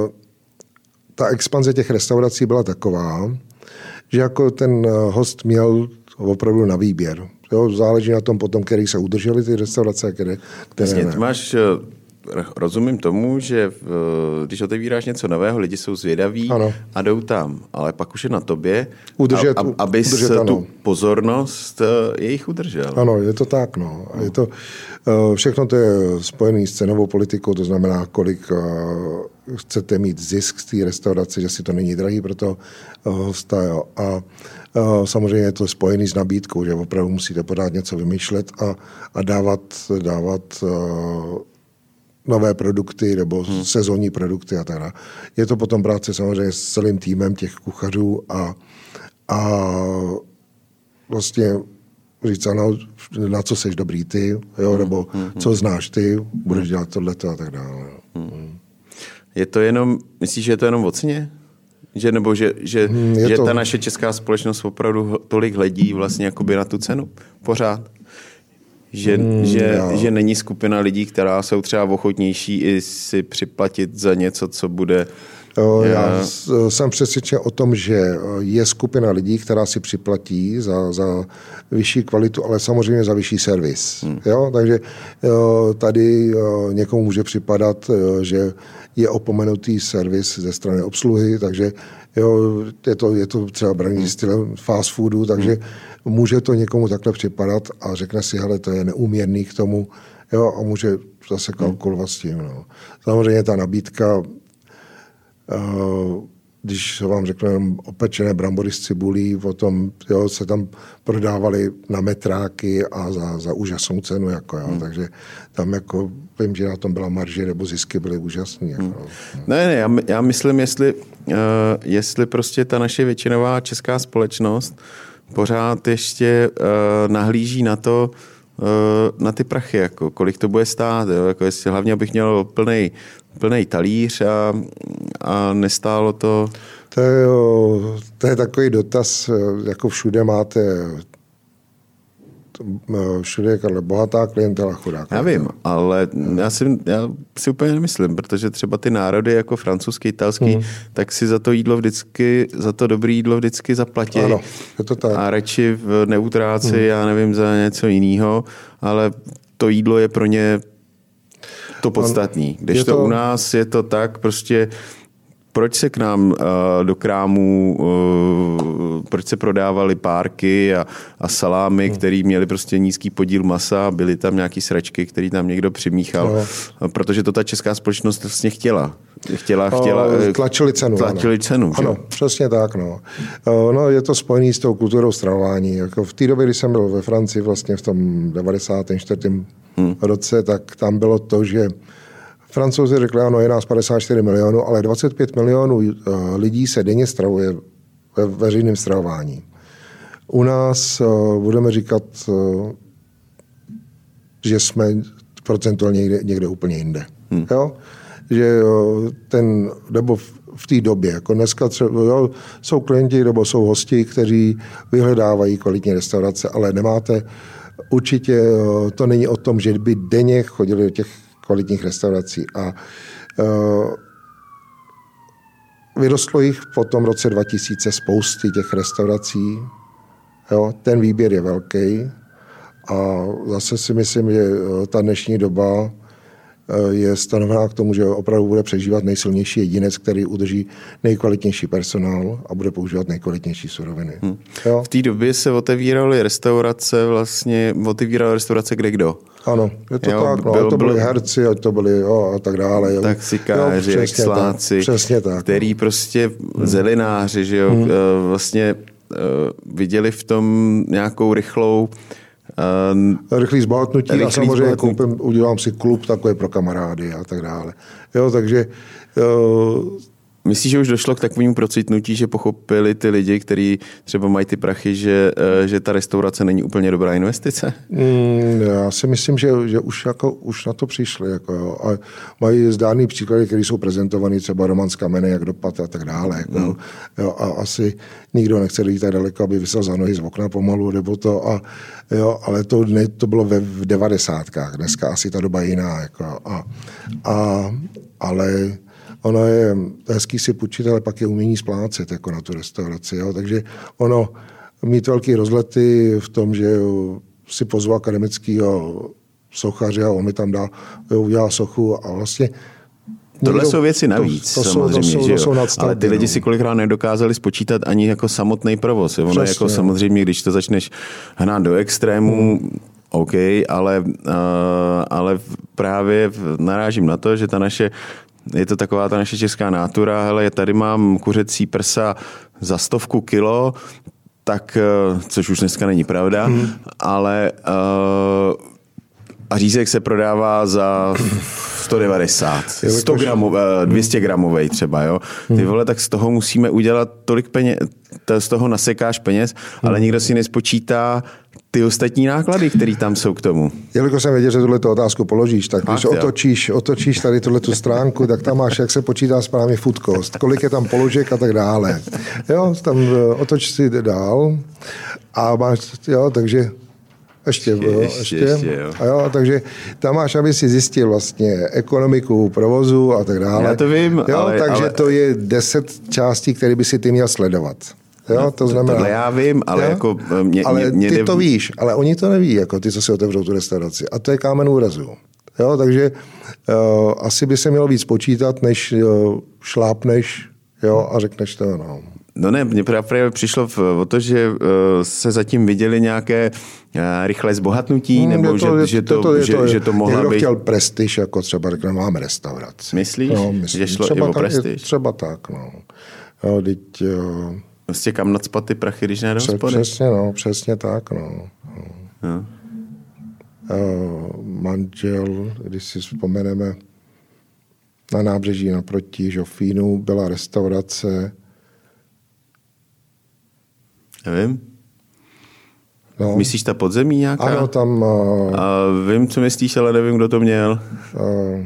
ta expanze těch restaurací byla taková, že jako ten host měl opravdu na výběr. Jo, záleží na tom potom, který se udrželi ty restaurace, které, které Jasně, ne. Ty máš, rozumím tomu, že když otevíráš něco nového, lidi jsou zvědaví ano. a jdou tam, ale pak už je na tobě, udržet, a, a, abys udržet, tu pozornost jejich udržel. Ano, je to tak. No. Je to, všechno to je spojené s cenovou politikou, to znamená, kolik chcete mít zisk z té restaurace, že si to není drahý pro to hosta. Jo. A samozřejmě je to spojené s nabídkou, že opravdu musíte podat něco vymýšlet a, a dávat, dávat nové produkty nebo hmm. sezónní produkty a tak dále. Je to potom práce samozřejmě s celým týmem těch kuchařů a, a vlastně říct, ano, na co seš dobrý ty, jo, hmm. nebo hmm. co znáš ty, budeš hmm. dělat tohleto a tak dále. Hmm. Je to jenom, myslíš, že je to jenom o ceně? Že, nebo že, že, hmm, že to... ta naše česká společnost opravdu tolik hledí vlastně jakoby na tu cenu pořád? Že, hmm, že, že není skupina lidí, která jsou třeba ochotnější i si připlatit za něco, co bude... Já jsem přesvědčen o tom, že je skupina lidí, která si připlatí za, za vyšší kvalitu, ale samozřejmě za vyšší servis. Hmm. Jo? Takže tady někomu může připadat, že je opomenutý servis ze strany obsluhy, takže jo, je, to, je to třeba braný stylem fast foodu, takže hmm. může to někomu takhle připadat a řekne si, hele, to je neúměrný k tomu, jo, a může zase kalkulovat s tím. No. Samozřejmě ta nabídka, když vám řeknu opečené brambory s cibulí, potom jo, se tam prodávaly na metráky a za, za úžasnou cenu. Jako, jo. Hmm. Takže tam jako, vím, že na tom byla marže nebo zisky byly úžasné. Jako, hmm. Ne, ne, já, já myslím, jestli, uh, jestli prostě ta naše většinová česká společnost pořád ještě uh, nahlíží na to, uh, na ty prachy, jako, kolik to bude stát. Jo, jako jestli hlavně abych měl plnej plnej talíř a, a nestálo to... To je, to je takový dotaz, jako všude máte, všude je bohatá klientela, chudá klientela. Já vím, ale já si, já si úplně nemyslím, protože třeba ty národy jako francouzský, italský, hmm. tak si za to jídlo vždycky, za to dobré jídlo vždycky zaplatí. Ano, je to tak. A radši v neutráci, hmm. já nevím, za něco jiného, ale to jídlo je pro ně to podstatný. Když to... to u nás je to tak, prostě proč se k nám uh, do krámů, uh, proč se prodávaly párky a, a salámy, hmm. které měly prostě nízký podíl masa, byly tam nějaký sračky, který tam někdo přimíchal, no. protože to ta česká společnost vlastně chtěla. Chtěla, chtěla uh, tlačili cenu. Tlačili ano. cenu, Ano, že? Přesně tak. No. Uh, no, je to spojený s tou kulturou stravování. Jako v té době, kdy jsem byl ve Francii vlastně v tom devadesátém čtvrtém Hmm. roce, tak tam bylo to, že Francouzi řekli, ano, je nás padesát čtyři milionů, ale dvacet pět milionů lidí se denně stravuje ve veřejném stravování. U nás uh, budeme říkat, uh, že jsme procentuálně někde, někde úplně jinde. Hmm. Jo? Že uh, ten, nebo v, v té době, jako dneska třeba, jo, jsou klienti nebo jsou hosti, kteří vyhledávají kvalitní restaurace, ale nemáte určitě to není o tom, že by denně chodili do těch kvalitních restaurací. A uh, vyrostlo jich po tom roce dva tisíce spousty těch restaurací. Jo, ten výběr je velký. A zase si myslím, že ta dnešní doba je stanovená k tomu, že opravdu bude přežívat nejsilnější jedinec, který udrží nejkvalitnější personál a bude používat nejkvalitnější suroviny. Hmm. Jo? V té době se otevíraly restaurace, vlastně otevíraly restaurace kde kdo? Ano, je to jo, tak, no, byl, to byli byl... herci, ať to byli jo, a tak dále. Jo. Taxikáři, jo, exláci, tak, který no. prostě hmm. zelináři, že jo, hmm. vlastně uh, viděli v tom nějakou rychlou Uh, rychlý zbohatnutí rychlý a samozřejmě koupím, udělám si klub takový pro kamarády a tak dále. Jo, takže... Uh, Myslíš, že už došlo k takovému procitnutí, že pochopili ty lidi, kteří třeba mají ty prachy, že, že ta restaurace není úplně dobrá investice? Mm, já si myslím, že, že už, jako, už na to přišli. Jako, jo. A mají zdárný příklady, které jsou prezentovaný, třeba Roman z Kamene, jak dopad a tak dále. Jako, mm. jo, a asi nikdo nechce jít tak daleko, aby vysel za nohy z okna pomalu, nebo to. A, jo, ale to, ne, to bylo ve, v devadesátkách. Dneska asi ta doba je jiná. Jako, a, a, ale... Ono je hezký si půjčit, ale pak je umění splácet jako na tu restauraci. Jo? Takže ono mít velký rozlety v tom, že si pozvu akademického sochaře a on mi tam dá, udělá sochu a vlastně tohle jsou věci navíc, to, to samozřejmě, jsou, to jsou, že to jsou ale ty lidi si kolikrát nedokázali spočítat ani jako samotný provoz. Ono Přesně, jako samozřejmě, když to začneš hnát do extrému, hmm. OK, ale, uh, ale právě narážím na to, že ta naše, je to taková ta naše česká nátura, hele, tady mám kuřecí prsa za stovku kilo, tak, uh, což už dneska není pravda, hmm. ale uh, a řízek se prodává za sto devadesát, sto gramů, dvě stě gramovej třeba, jo. Ty vole, tak z toho musíme udělat tolik peněz, z toho nasekáš peněz, ale nikdo si nespočítá ty ostatní náklady, které tam jsou k tomu. Jelikož jsem věděl, že tuto otázku položíš, tak když otočíš, otočíš tady tuhletu stránku, tak tam máš, jak se počítá správně food cost, kolik je tam položek a tak dále. Jo, tam otoč si dál a máš, jo, takže Ještě, ještě, jo, ještě, ještě jo. A jo, takže tam máš, aby si zjistil vlastně ekonomiku provozu a tak dále. Já to vím, jo, ale... Takže ale... to je deset částí, které by si ty měl sledovat. Jo, no, to znamená... Tohle já vím, ale jo? jako... Mě, ale mě, ty mě to víš, ale oni to neví, jako ty, co si otevřou tu restauraci. A to je kámen úrazu. Jo, takže uh, asi by se mělo víc počítat, než uh, šlápneš, jo, a řekneš to, no. No ne, mně právě přišlo o to, že se zatím viděli nějaké rychlé zbohatnutí, hmm, nebo to, že, že, to, to, že, to, že to mohla někdo být... chtěl prestiž, jako třeba řekne, máme restauraci. Myslíš? No, myslím, že šlo třeba i o tak, prestiž? Třeba tak, no. Jo, teď, jo. Vlastně kam nacpat ty prachy, když ne do hospody? Přesně, no, přesně tak, no. no. Uh, manžel, když si vzpomeneme, na nábřeží naproti Žofínu byla restaurace. Nevím. No. Myslíš ta podzemí nějaká? Ano, tam... Uh, A vím, co myslíš, ale nevím, kdo to měl. Uh,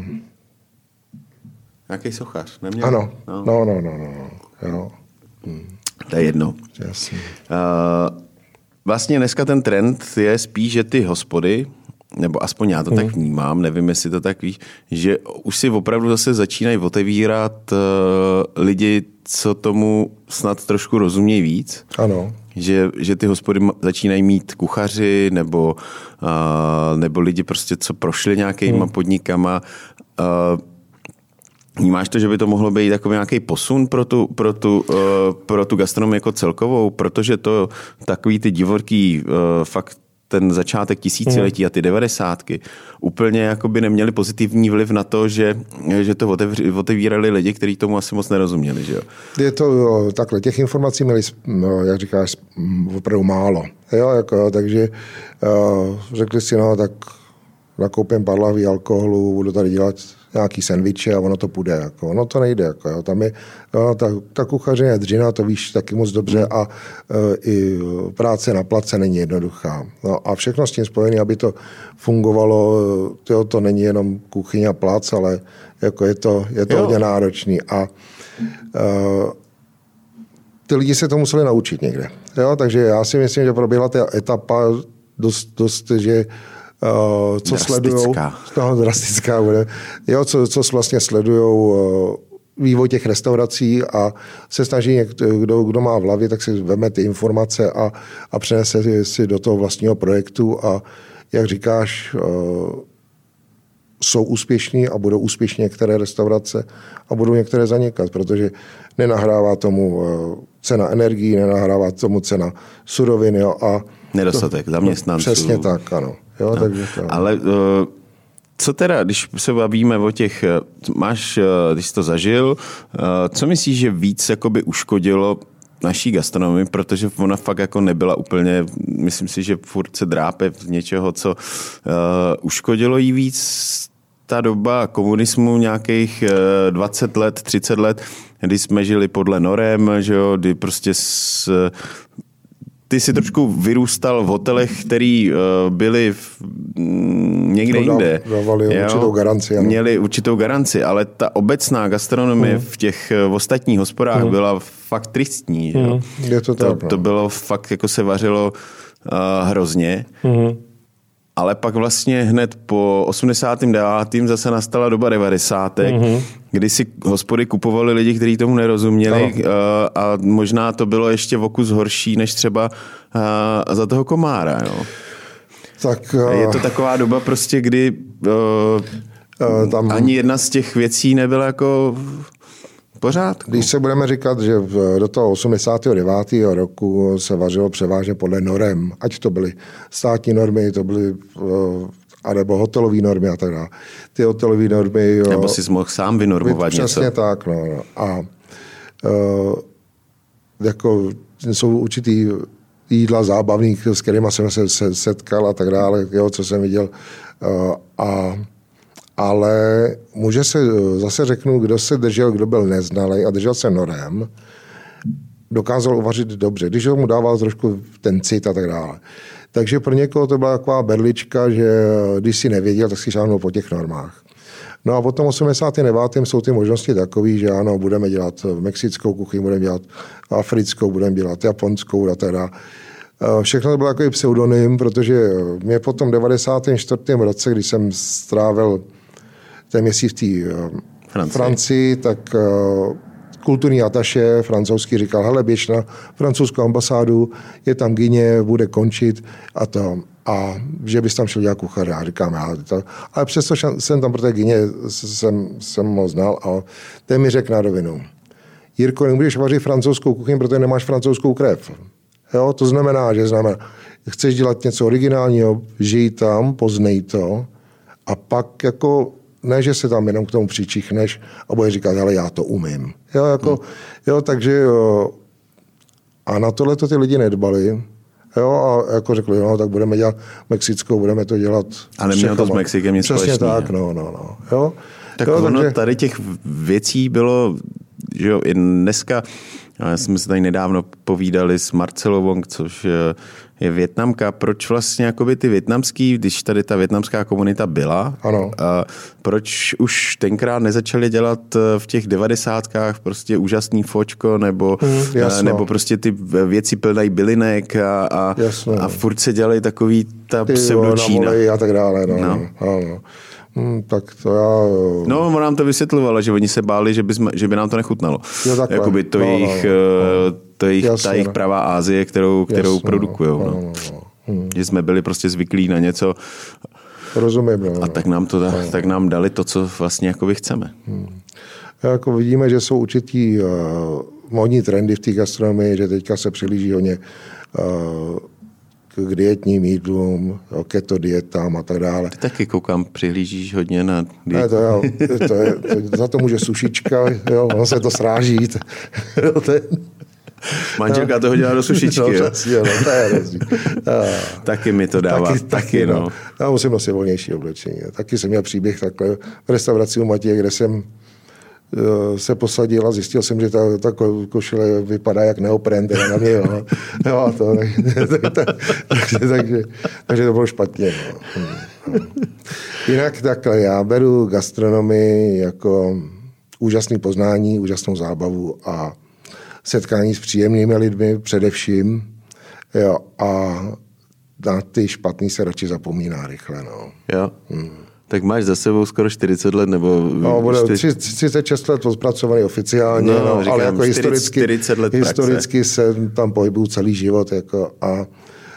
Nějaký sochař, neměl? Ano, no, no, no, no, no. Jo. Hmm. To je jedno. Jasně. Uh, vlastně dneska ten trend je spíš, že ty hospody, nebo aspoň já to hmm. tak vnímám, nevím, jestli to tak víš, že už si opravdu zase začínají otevírat uh, lidi, co tomu snad trošku rozumějí víc. Ano. Že, že ty hospody začínají mít kuchaři nebo, uh, nebo lidi prostě, co prošli nějakýma hmm. podnikama. Uh, vnímáš to, že by to mohlo být takový nějaký posun pro tu, pro tu, uh, pro tu gastronomii jako celkovou, protože to takový ty divoký uh, fakt ten začátek tisíciletí a ty devadesátky úplně jako by neměli pozitivní vliv na to, že, že to otevírali lidi, kteří tomu asi moc nerozuměli. Že jo? Je to jo, takhle, těch informací měli, no, jak říkáš, opravdu málo. Jo, jako, takže uh, řekli si, no tak nakoupím pár lahví alkoholu, budu tady dělat nějaký sendviče a ono to půjde. Jako. No to nejde. Jako, jo. Tam je, no, ta, ta kuchařina je dřina, to víš taky moc dobře a uh, i práce na place není jednoduchá. No, a všechno s tím spojené, aby to fungovalo, to, to není jenom kuchyně a plac, ale jako je to, je to hodně náročný. A uh, ty lidi se to museli naučit někde. Jo? Takže já si myslím, že proběhla ta etapa dost, dost že Uh, co sledují, no, drastická bude, jo, co, co vlastně sledují uh, vývoj těch restaurací a se snaží, kdo, kdo má v hlavě, tak si veme ty informace a, a přenese si do toho vlastního projektu a jak říkáš, uh, jsou úspěšní a budou úspěšní některé restaurace a budou některé zanikat, protože nenahrává tomu uh, cena energií, nenahrává tomu cena surovin, jo, a nedostatek zaměstnanců. Přesně tak, ano. Jo, no. takže to... Ale uh, co teda, když se bavíme o těch, máš, když jsi to zažil, uh, co myslíš, že víc jakoby uškodilo naší gastronomii, protože ona fakt jako nebyla úplně, myslím si, že furt se drápe z něčeho, co uh, uškodilo jí víc ta doba komunismu nějakých uh, dvacet let, třicet let, kdy jsme žili podle norem, že jo, kdy prostě s, ty si trošku vyrůstal v hotelech, který uh, byly v, m, někde no, jinde. Dávali jo? určitou garanci. Ano. Měli určitou garanci, ale ta obecná gastronomie uh-huh. v těch uh, ostatních hospodách uh-huh. byla fakt tristní. Uh-huh. Je to, tak, to, to bylo fakt, jako se vařilo uh, hrozně. Uh-huh. Ale pak vlastně hned po osmdesátém devátém zase nastala doba devadesátek, mm-hmm. kdy si hospody kupovali lidi, kteří tomu nerozuměli no. a možná to bylo ještě o kus horší než třeba za toho Komára. Jo. Tak, je to taková doba prostě, kdy uh, tam, ani jedna z těch věcí nebyla jako v pořádku. Když se budeme říkat, že do toho osmdesátého devátého roku se vařilo převážně podle norem, ať to byly státní normy, to byly uh, anebo hotelové normy a tak dále. Ty hotelové normy... Jo, nebo si mohl sám vynormovat přesně něco. Přesně tak, no. no. A uh, jako jsou určitý jídla zábavných, s kterými jsem se, se setkal a tak dále, jo, co jsem viděl. Uh, a, ale může se, zase řeknu, kdo se držel, kdo byl neznalý a držel se norem, dokázal uvařit dobře, když mu dával trošku ten cit a tak dále. Takže pro někoho to byla taková berlička, že když si nevěděl, tak si šáhnul po těch normách. No a potom osmdesátém devátém jsou ty možnosti takové, že ano, budeme dělat mexickou kuchyni, budeme dělat africkou, budeme dělat japonskou a teda. Všechno to byl takový pseudonym, protože mě po tom devadesátém čtvrtém roce, když jsem strávil ten měsíc v té Francii. Francii, tak kulturní ataše francouzský říkal, hele, běž na francouzskou ambasádu, je tam Gyně, bude končit a to. A že bys tam šel dělat kuchaře. Já říkám, já to. Ale přesto jsem tam pro té Gyně jsem, jsem ho znal a ten mi řekl na rovinu. Jirko, nemůžeš vařit francouzskou kuchyni, protože nemáš francouzskou krev. Jo, to znamená, že znamená, chceš dělat něco originálního, žij tam, poznej to a pak jako ne, že se tam jenom k tomu přičichneš a bude říkat, ale já to umím. Jo, jako, hmm. jo, takže jo, a na tohle to ty lidi nedbali. Jo, a jako řekli, no, tak budeme dělat mexickou, budeme to dělat. A nemělo to s Mexikem nic společného. Přesně tak, ne? no, no, no. Jo, tak jo, ono takže... tady těch věcí bylo, že jo, i dneska, já jsme se tady nedávno povídali s Marcelou Wong, což je Vietnamka. Proč vlastně jakoby ty vietnamský, když tady ta vietnamská komunita byla, ano. A proč už tenkrát nezačali dělat v těch devadesátkách prostě úžasný fočko, nebo, mm, nebo prostě ty věci plnej bylinek a, a, a furt se dělali takový ta pseudočína. A tak dále. No, no. No, no. Hmm, tak to já... No, on nám to vysvětlovalo, že oni se báli, že by, jsme, že by nám to nechutnalo. Jakoby to no, jejich, no, no. To jejich, Jasně, ta jejich pravá Asie, kterou, kterou produkujou. No. No, no, no. Hmm. Že jsme byli prostě zvyklí na něco. Rozumím. No, a tak nám, to, no. tak nám dali to, co vlastně jakoby chceme. Hmm. Jako vidíme, že jsou určitý uh, módní trendy v té gastronomii, že teďka se přihlíží hodně uh, k dietním jídlům, keto dietám a tak dále. Ty taky koukám, přihlížíš hodně na dietní. Ne, to, jo, to je, to, za to může sušička, jo, ono se to sráží. Jo, to je... Manželka toho dělá do sušičky, no, jo? Přesně, no, to je rozdíl. Taky mi to dává, taky, taky no. no. Já musím nosit volnější oblečení. Taky jsem měl příběh takhle v restauraci u Matěje, kde jsem se posadil a zjistil jsem, že ta, ta košile vypadá jak neopren, teda na mě, jo. jo to, takže, takže, takže to bylo špatně. No. Jinak takhle, já beru gastronomii jako úžasné poznání, úžasnou zábavu a setkání s příjemnými lidmi především. Jo, a na ty špatný se radši zapomíná rychle. No. Jo. Hmm. Tak máš za sebou skoro čtyřicet let, nebo... No, bude třicet šest let odpracovaný oficiálně, no, no, říkám, ale jako historicky, čtyřicet let historicky jsem tam pohybuju celý život. Jako, a uh,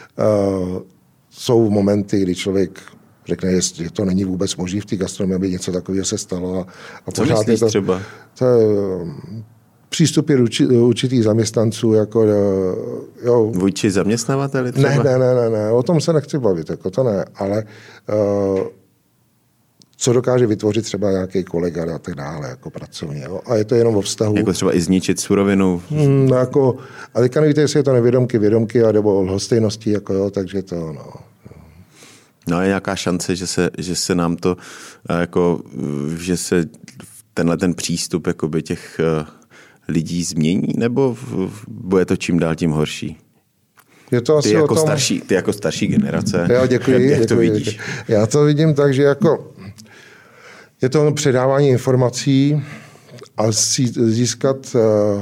jsou momenty, kdy člověk řekne, že to není vůbec možné v té gastronomii, aby něco takového se stalo. A, a co myslíš to, třeba? To je přístupy určitých zaměstnanců, jako... Jo. Vůči zaměstnavateli třeba? Ne, ne, ne, ne, ne, o tom se nechci bavit, jako to ne, ale... Uh, co dokáže vytvořit třeba nějaký kolega a tak dále, jako pracovně. Jo? A je to jenom o vztahu. Jako třeba i zničit surovinu. Hmm, no jako, a teďka nevíte, jestli je to nevědomky, vědomky, nebo lhostejnosti, jako jo, takže to, no. No je nějaká šance, že se, že se nám to, jako, že se tenhle ten přístup jakoby těch lidí změní, nebo bude to čím dál tím horší? Je to asi ty, jako tom... starší, ty jako starší generace, jo, děkuji, jak, jak děkuji, to vidíš? Děkuji. Já to vidím tak, že jako je to předávání informací a získat,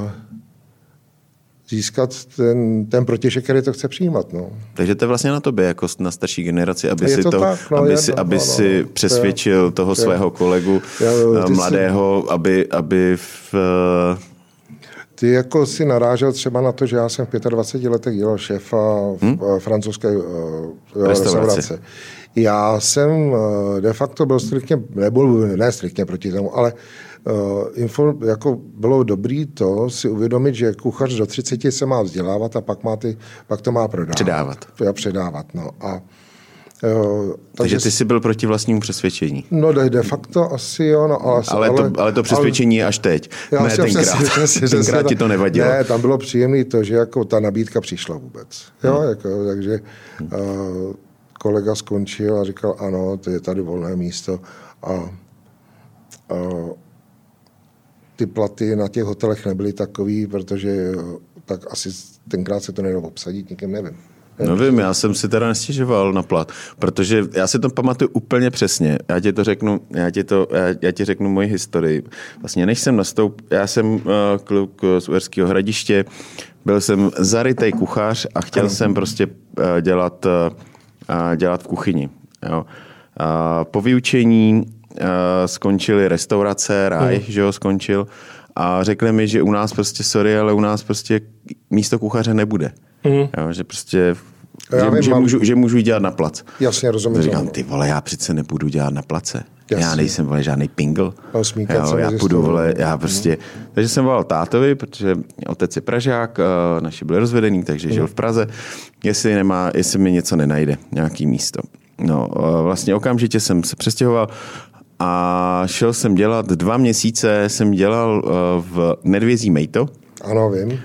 získat ten, ten protěžek, který to chce přijímat. No. Takže to je vlastně na tobě, jako na starší generaci, aby si, to to, tak, no, aby je, si, no, aby no, si no, přesvědčil toho je, svého kolegu je, mladého, jsi... aby, aby v... ty jako si narážel třeba na to, že já jsem v dvaceti pěti letech dělal šéfa v hmm? francouzské uh, restaurace. Já jsem de facto byl striktně, nebyl ne striktně proti tomu, ale uh, inform, jako bylo dobrý to si uvědomit, že kuchař do třiceti se má vzdělávat a pak, má ty, pak to má prodávat. Předávat. A předávat, no. A, uh, takže, takže ty jsi byl proti vlastnímu přesvědčení. No de, de facto asi jo, no. Ale, ale, ale, to, ale to přesvědčení ale, je až teď. Ne tenkrát. Přesně, tenkrát ti to nevadilo. Ne, tam bylo příjemné to, že jako ta nabídka přišla vůbec. Jo, hmm. jako, takže uh, kolega skončil a říkal, ano, to je tady volné místo. A uh, ty platy na těch hotelech nebyly takový, protože tak asi tenkrát se to nedalo obsadit, nikým nevím. No vím, já jsem si teda nestěžoval na plat, protože já si to pamatuju úplně přesně. Já ti to řeknu, já ti, to, já, já ti řeknu moji historii. Vlastně než jsem nastoupil, já jsem uh, kluk z Uherského Hradiště, byl jsem zarytej kuchař a chtěl jsem prostě uh, dělat, uh, dělat v kuchyni. Jo. Uh, po vyučení uh, skončily restaurace, Ráj, mm. že jo, skončil a řekli mi, že u nás prostě, sorry, ale u nás prostě místo kuchaře nebude. Mm. Jo, že prostě, že, vím, že, mám... můžu, že můžu dělat na plac. Jasně, rozumím. Říkám, ty vole, já přece nebudu dělat na place. Jasně. Já nejsem, vole, žádný pingl. Jo, já půjdu, vole, já prostě... Mm. Takže jsem volal tátovi, protože otec je Pražák, naši byli rozvedený, takže mm. žil v Praze, jestli, nemá, jestli mi něco nenajde, nějaký místo. No, vlastně okamžitě jsem se přestěhoval a šel jsem dělat, dva měsíce jsem dělal v Nedvězí Mejto. Ano, vím.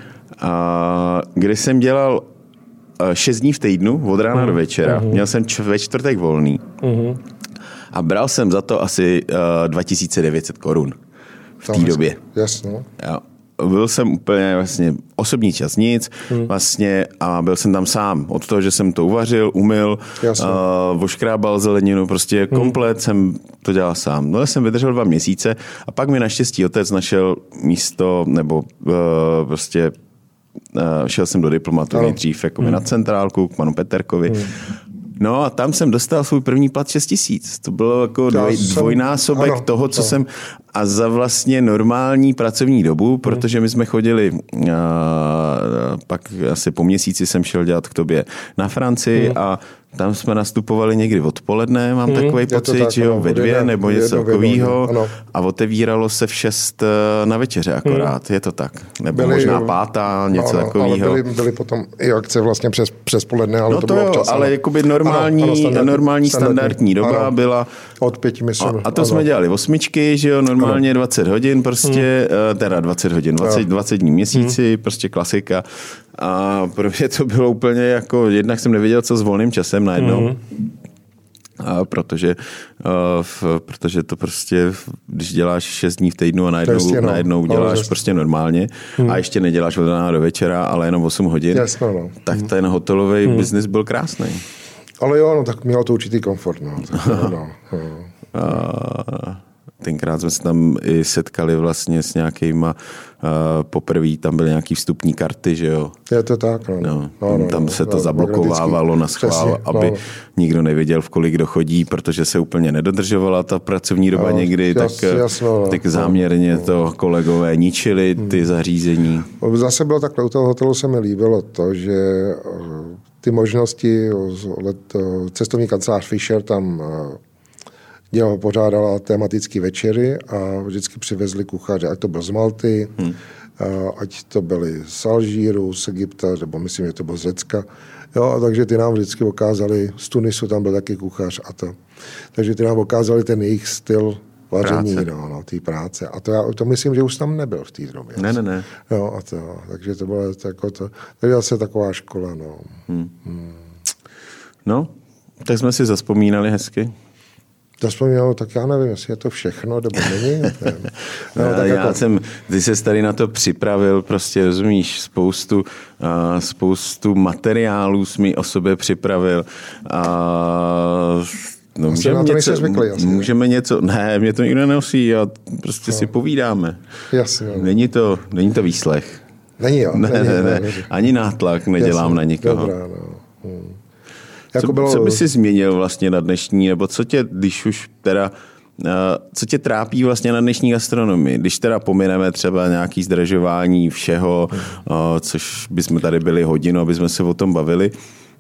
A kdy jsem dělal šest dní v týdnu, od rána uh-huh. do večera. Uh-huh. Měl jsem č- ve čtvrtek volný. Uh-huh. A bral jsem za to asi uh, dva tisíce devět set korun v té době. Jasně. Jo. Byl jsem úplně vlastně osobní čas nic hmm. vlastně a byl jsem tam sám. Od toho, že jsem to uvařil, umyl, uh, oškrábal zeleninu, prostě hmm. komplet jsem to dělal sám. No, jsem vydržel dva měsíce a pak mi naštěstí otec našel místo, nebo uh, prostě uh, šel jsem do diplomatu ano. nejdřív jako hmm. na centrálku k panu Peterkovi. Hmm. No a tam jsem dostal svůj první plat šest tisíc. To bylo jako dvoj, dvojnásobek ano, toho, co to. jsem... A za vlastně normální pracovní dobu, protože my jsme chodili... A, pak asi po měsíci jsem šel dělat k tobě na Francii hmm. a tam jsme nastupovali někdy odpoledne, mám hmm, takový pocit, tak, že jo, ve dvě jeden, nebo něco takového a otevíralo se v šest na večeře akorát, hmm. je to tak. Nebo byli, možná pátá, něco ano, takového. Ale byly, byly potom i akce vlastně přes, přes poledne, ale no to, to bylo jo, včas. Ale jakoby normální, ano, ano, standardní, normální standardní, standardní doba ano. byla... Od pěti myslím. A, a to ano. jsme dělali osmičky, že jo, normálně ano. dvacet hodin prostě, hmm. teda dvacet hodin, dvacet, dvacet dní měsíci, hmm. prostě klasika. A pro mě to bylo úplně jako, jednak jsem nevěděl, co s volným časem najednou. Mm-hmm. A protože, uh, protože to prostě, když děláš šest dní v týdnu a najednou, Jasně, no. najednou děláš no, prostě normálně mm. a ještě neděláš od rána do večera, ale jenom osm hodin, Jasně, no. tak ten hotelový mm. biznis byl krásný. Ale jo, no, tak mělo to určitý komfort. No. Tak, no, no. A tenkrát jsme se tam i setkali vlastně s nějakýma uh, poprvé, tam byly nějaký vstupní karty, že jo. Je to tak, no. no, no, no tam no, se to no, zablokovávalo na schvál, aby no. nikdo nevěděl, v kolik kdo chodí, protože se úplně nedodržovala ta pracovní doba no, někdy, jas, tak, jasno, tak no, záměrně no, to kolegové ničili ty hmm. zařízení. Zase bylo takhle, u toho hotelu se mi líbilo to, že ty možnosti, cestovní kancelář Fischer tam dělal, pořádala tematické večery a vždycky přivezli kuchaře, ať to byl z Malty, hmm. ať to byli z Alžíru, z Egypta, nebo myslím, že to bylo z Řecka. Jo, takže ty nám vždycky ukázali, z Tunisu tam byl taky kuchař a to. Takže ty nám ukázali ten jejich styl vaření, no, no, té práce. A to já to myslím, že už tam nebyl v té době. Ne, ne, ne. Jo, a to, takže to bylo jako to, to je zase taková škola, no. Hmm. Hmm. No, tak jsme si zazpomínali hezky. Zaspomínal, tak já nevím, jestli je to všechno, nebo není. No, tak já jako... jsem, ty se tady na to připravil, prostě rozumíš, spoustu, uh, spoustu materiálů jsi mi o sobě připravil. Uh, no, můžeme, něco, zvyklý, asi, můžeme něco, ne, mě to nikdo nenosí a prostě no. si povídáme. Jasně. No. Není to, není to výslech. Není jo. Ne, není, ne, ne, ne. Ani nátlak nedělám Jasně. na nikoho. Dobrá, no. Hmm. Jako co, bylo... co by si změnil vlastně na dnešní, nebo co tě, když už teda co tě trápí vlastně na dnešní gastronomii? Když teda pomineme třeba nějaký zdražování všeho, což bychom tady byli hodinu, aby jsme se o tom bavili,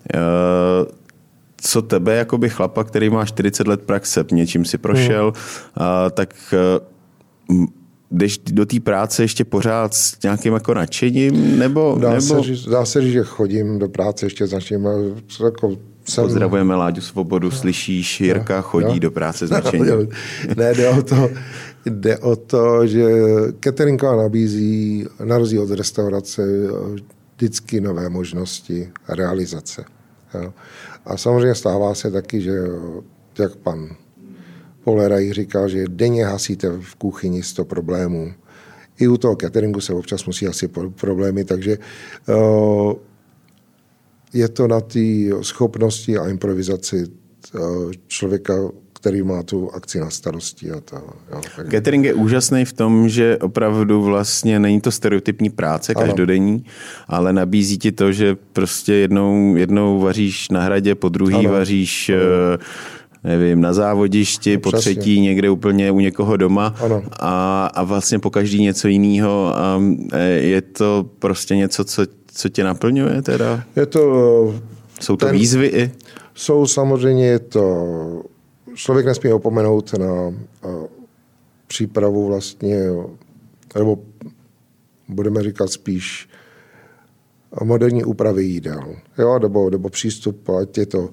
co tebe, jakoby chlapa, který má čtyřicet let praxe, něčím si prošel, hmm. tak jdeš do té práce ještě pořád s nějakým jako nadšením? Nebo, dá, nebo... Se říct, dá se říct, že chodím do práce ještě s nadšením. Jako jsem... Pozdravujeme Láďu Svobodu, slyšíš, Jirka chodí no. do práce s nadšením. Ne, jde o to, jde o to, že catering nabízí na rozdíl od restaurace vždycky nové možnosti a realizace. Jo. A samozřejmě stává se taky, že jak pan Poleraj říkal, že denně hasíte v kuchyni sto problémů. I u toho cateringu se občas musí hasit problémy, takže uh, je to na té schopnosti a improvizaci uh, člověka, který má tu akci na starosti. A to, jo, takže... Catering je úžasný v tom, že opravdu vlastně není to stereotypní práce každodenní, ano. ale nabízí ti to, že prostě jednou, jednou vaříš na hradě, po druhý ano. vaříš ano. nevím, na závodišti, no, po přesně. třetí někde úplně u někoho doma a, a vlastně po každý něco jiného. A je to prostě něco, co, co tě naplňuje teda? Je to... Jsou to ten, výzvy i? Jsou samozřejmě, je to... Člověk nesmí opomenout na a, přípravu vlastně, nebo budeme říkat spíš moderní úpravy jídel, jo, nebo, nebo přístup, ať je to uh,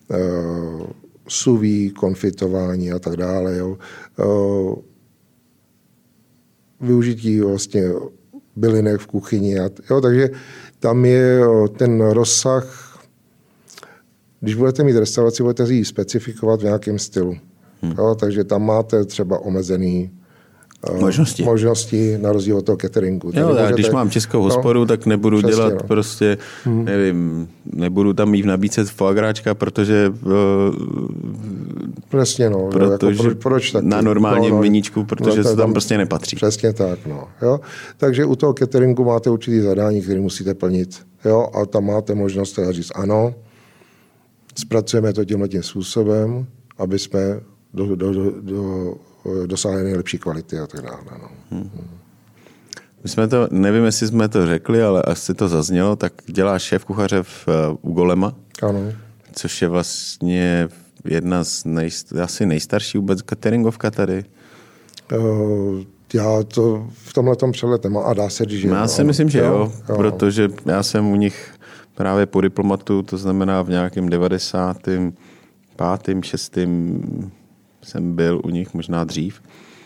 suví, konfitování a tak dále, jo. Uh, využití vlastně bylinek v kuchyni, a, jo, takže tam je ten rozsah. Když budete mít restauraci, budete ji specifikovat v nějakém stylu. Hmm. Jo, takže tam máte třeba omezený uh, možnosti. možnosti na rozdíl od toho cateringu. Jo, můžete, když mám českou hospodu, no, tak nebudu přesně, dělat no. prostě, hmm. nevím, nebudu tam mít v nabídce foie gráčka, protože uh, přesně, no. Protože jako proč, proč taky? Na normálním no, no, viníčku, protože no, se tam prostě nepatří. Přesně tak, no. Jo? Takže u toho cateringu máte určitý zadání, které musíte plnit. Jo? A tam máte možnost teda říct ano, zpracujeme to tímhletím způsobem, aby jsme do, do, do, do, dosáhli nejlepší kvality a tak dále. No. Hmm. My jsme to, nevím, jestli jsme to řekli, ale asi to zaznělo, tak děláš šéf kuchaře v, u Golema, ano. což je vlastně jedna z nej, asi nejstarší vůbec cateringovka tady. Uh, já to v tomhletom přeletem a dá se říct, že... Já si ano, myslím, že jo, jo, jo, protože já jsem u nich právě po diplomatu, to znamená v nějakém devadesátém pátém, šestém jsem byl u nich, možná dřív.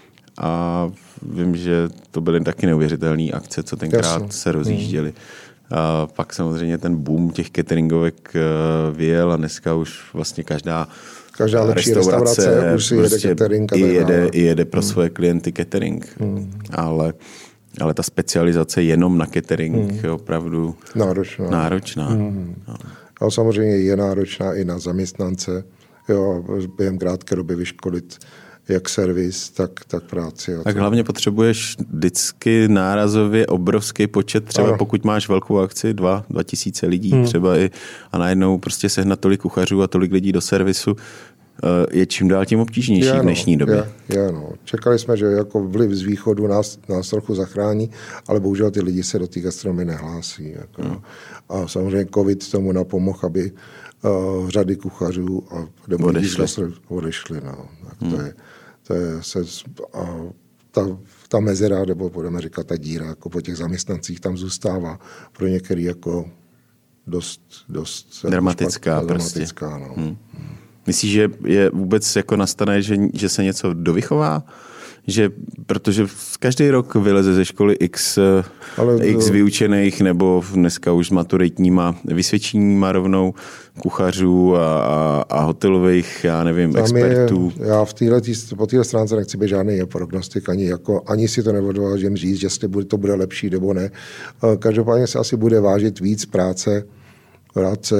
A vím, že to byly taky neuvěřitelné akce, co tenkrát Jasně. se rozjížděly. A pak samozřejmě ten boom těch cateringovek vyjel a dneska už vlastně každá Každá lepší restaurace, restaurace už si jede prostě catering. I jede, i jede pro hmm. svoje klienty catering. Hmm. Ale Ale ta specializace jenom na catering hmm. je opravdu náročná. náročná. Hmm. No. A samozřejmě je náročná i na zaměstnance. Jo, během krátké doby vyškolit jak servis, tak, tak práci. Tak hlavně potřebuješ vždycky nárazově obrovský počet, třeba ano. pokud máš velkou akci, dva, dva tisíce lidí hmm. třeba i a najednou prostě sehnat tolik kuchařů a tolik lidí do servisu, je čím dál tím obtížnější je, v dnešní no, době. Je, je, no. Čekali jsme, že jako vliv z východu nás, nás trochu zachrání, ale bohužel ty lidi se do té gastronomie nehlásí. Jako. Hmm. A samozřejmě covid tomu napomohl, aby uh, řady kuchařů a odešli. odešli no. Hmm. To je, to je se, a ta, ta mezera, nebo budeme říkat ta díra, jako po těch zaměstnancích tam zůstává pro některý jako dost, dost dramatická. Špat, prostě. dramatická no. hmm. Myslíš, že je vůbec jako nastane, že, že se něco dovychová? Že, protože každý rok vyleze ze školy x, Ale x to... vyučených nebo dneska už s maturitníma vysvědčeníma rovnou kuchařů a, a, a hotelových, já nevím, Tam expertů. Je, já v téhle, po téhle stránce nechci být žádný prognostik, ani, jako, ani si to neodvážím říct, jestli bude, to bude lepší nebo ne. Každopádně se asi bude vážit víc práce, práce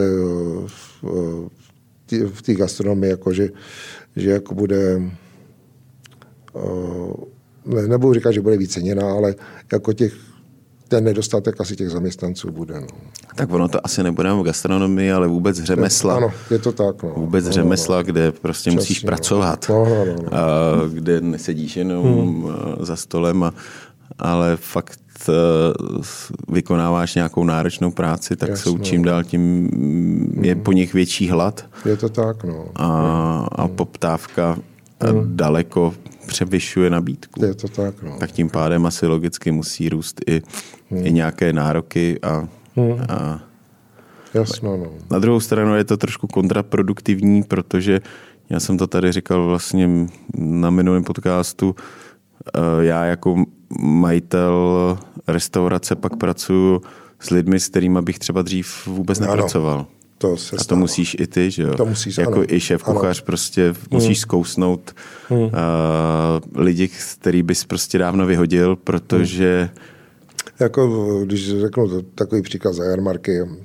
v té gastronomii, jako že, že jako bude, ne, nebudu říkat, že bude víc ceněná, ale jako těch ten nedostatek asi těch zaměstnanců bude. No. Tak ono to asi nebude v gastronomii, ale vůbec řemesla. Ano, je to tak. No. Vůbec no, řemesla, no, kde prostě Časně, musíš pracovat. No, no, no, no. A kde nesedíš jenom hmm. za stolem, a, ale fakt vykonáváš nějakou náročnou práci, tak Jasno. jsou čím dál tím je po nich větší hlad. Je to tak, no. A, a poptávka hmm. daleko převyšuje nabídku. Je to tak, no. Tak tím pádem asi logicky musí růst i, hmm. i nějaké nároky a, hmm. a Jasno, no. Na druhou stranu je to trošku kontraproduktivní, protože já jsem to tady říkal vlastně na minulém podcastu, já jako majitel restaurace pak pracuji s lidmi, s kterými bych třeba dřív vůbec nepracoval. Ano, to se a to stalo. Musíš i ty, že jo? To musíš, jako ano. i šéf kuchař prostě hmm. musíš zkousnout hmm. uh, lidi, který bys prostě dávno vyhodil, protože... Hmm. Jako, když řeknu to, takový příklad za jarmarky, uh,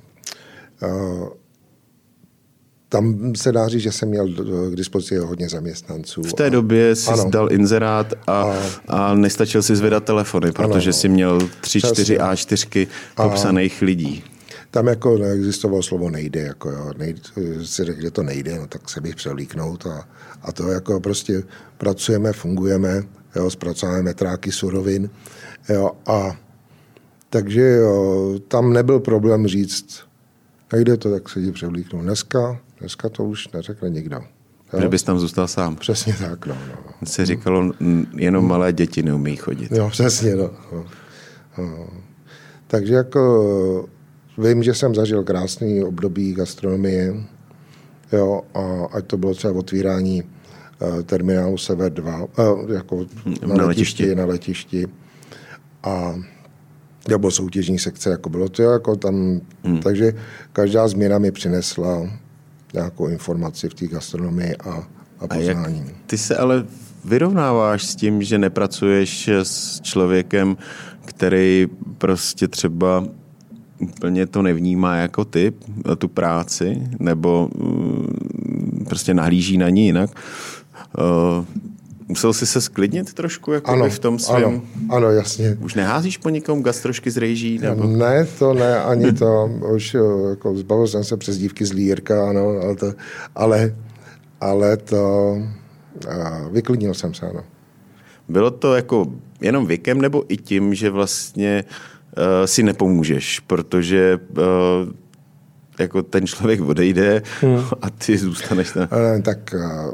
tam se dá říct, že jsem měl k dispozici hodně zaměstnanců. V té a, době jsi ano. dal inzerát a, a, a nestačil si zvedat telefony, protože ano, jsi měl tři, časně. čtyři á čtyři popsaných a lidí. Tam jako neexistovalo slovo nejde, jako jo, nejde, si řekl, že to nejde, no tak se bych převlíknout a, a to jako prostě pracujeme, fungujeme, jo, zpracováme metráky surovin, jo, a takže jo, tam nebyl problém říct, nejde to, tak se jdi převlíknout. Dneska, dneska to už neřekne nikdo. Jo? Že bys tam zůstal sám. Přesně tak, no. no. Se říkalo, jenom malé děti neumí chodit. Jo, přesně, no. no. no. Takže jako vím, že jsem zažil krásný období gastronomie, jo, a ať to bylo třeba otvírání uh, terminálu Sever dva, uh, jako na, na letišti, letišti, na letišti a nebo soutěžní sekce, jako bylo to jako tam, hmm. takže každá změna mi přinesla nějakou informaci v té gastronomii a, a poznání. A jak ty se ale vyrovnáváš s tím, že nepracuješ s člověkem, který prostě třeba úplně to nevnímá jako ty, tu práci, nebo prostě nahlíží na ní jinak. Uh, Musel jsi se sklidnit trošku jako ano, v tom svém? Ano, ano, jasně. Už neházíš po nikom gastrošky z rejží? Nebo? Ne, to ne, ani to. Už jako, zbavil jsem se přes dívky z Lírka, ano, ale to, ale, ale to a, vyklidnil jsem se, ano. Bylo to jako jenom věkem, nebo i tím, že vlastně uh, si nepomůžeš, protože uh, jako ten člověk odejde hmm. a ty zůstaneš tam? Ne, tak uh,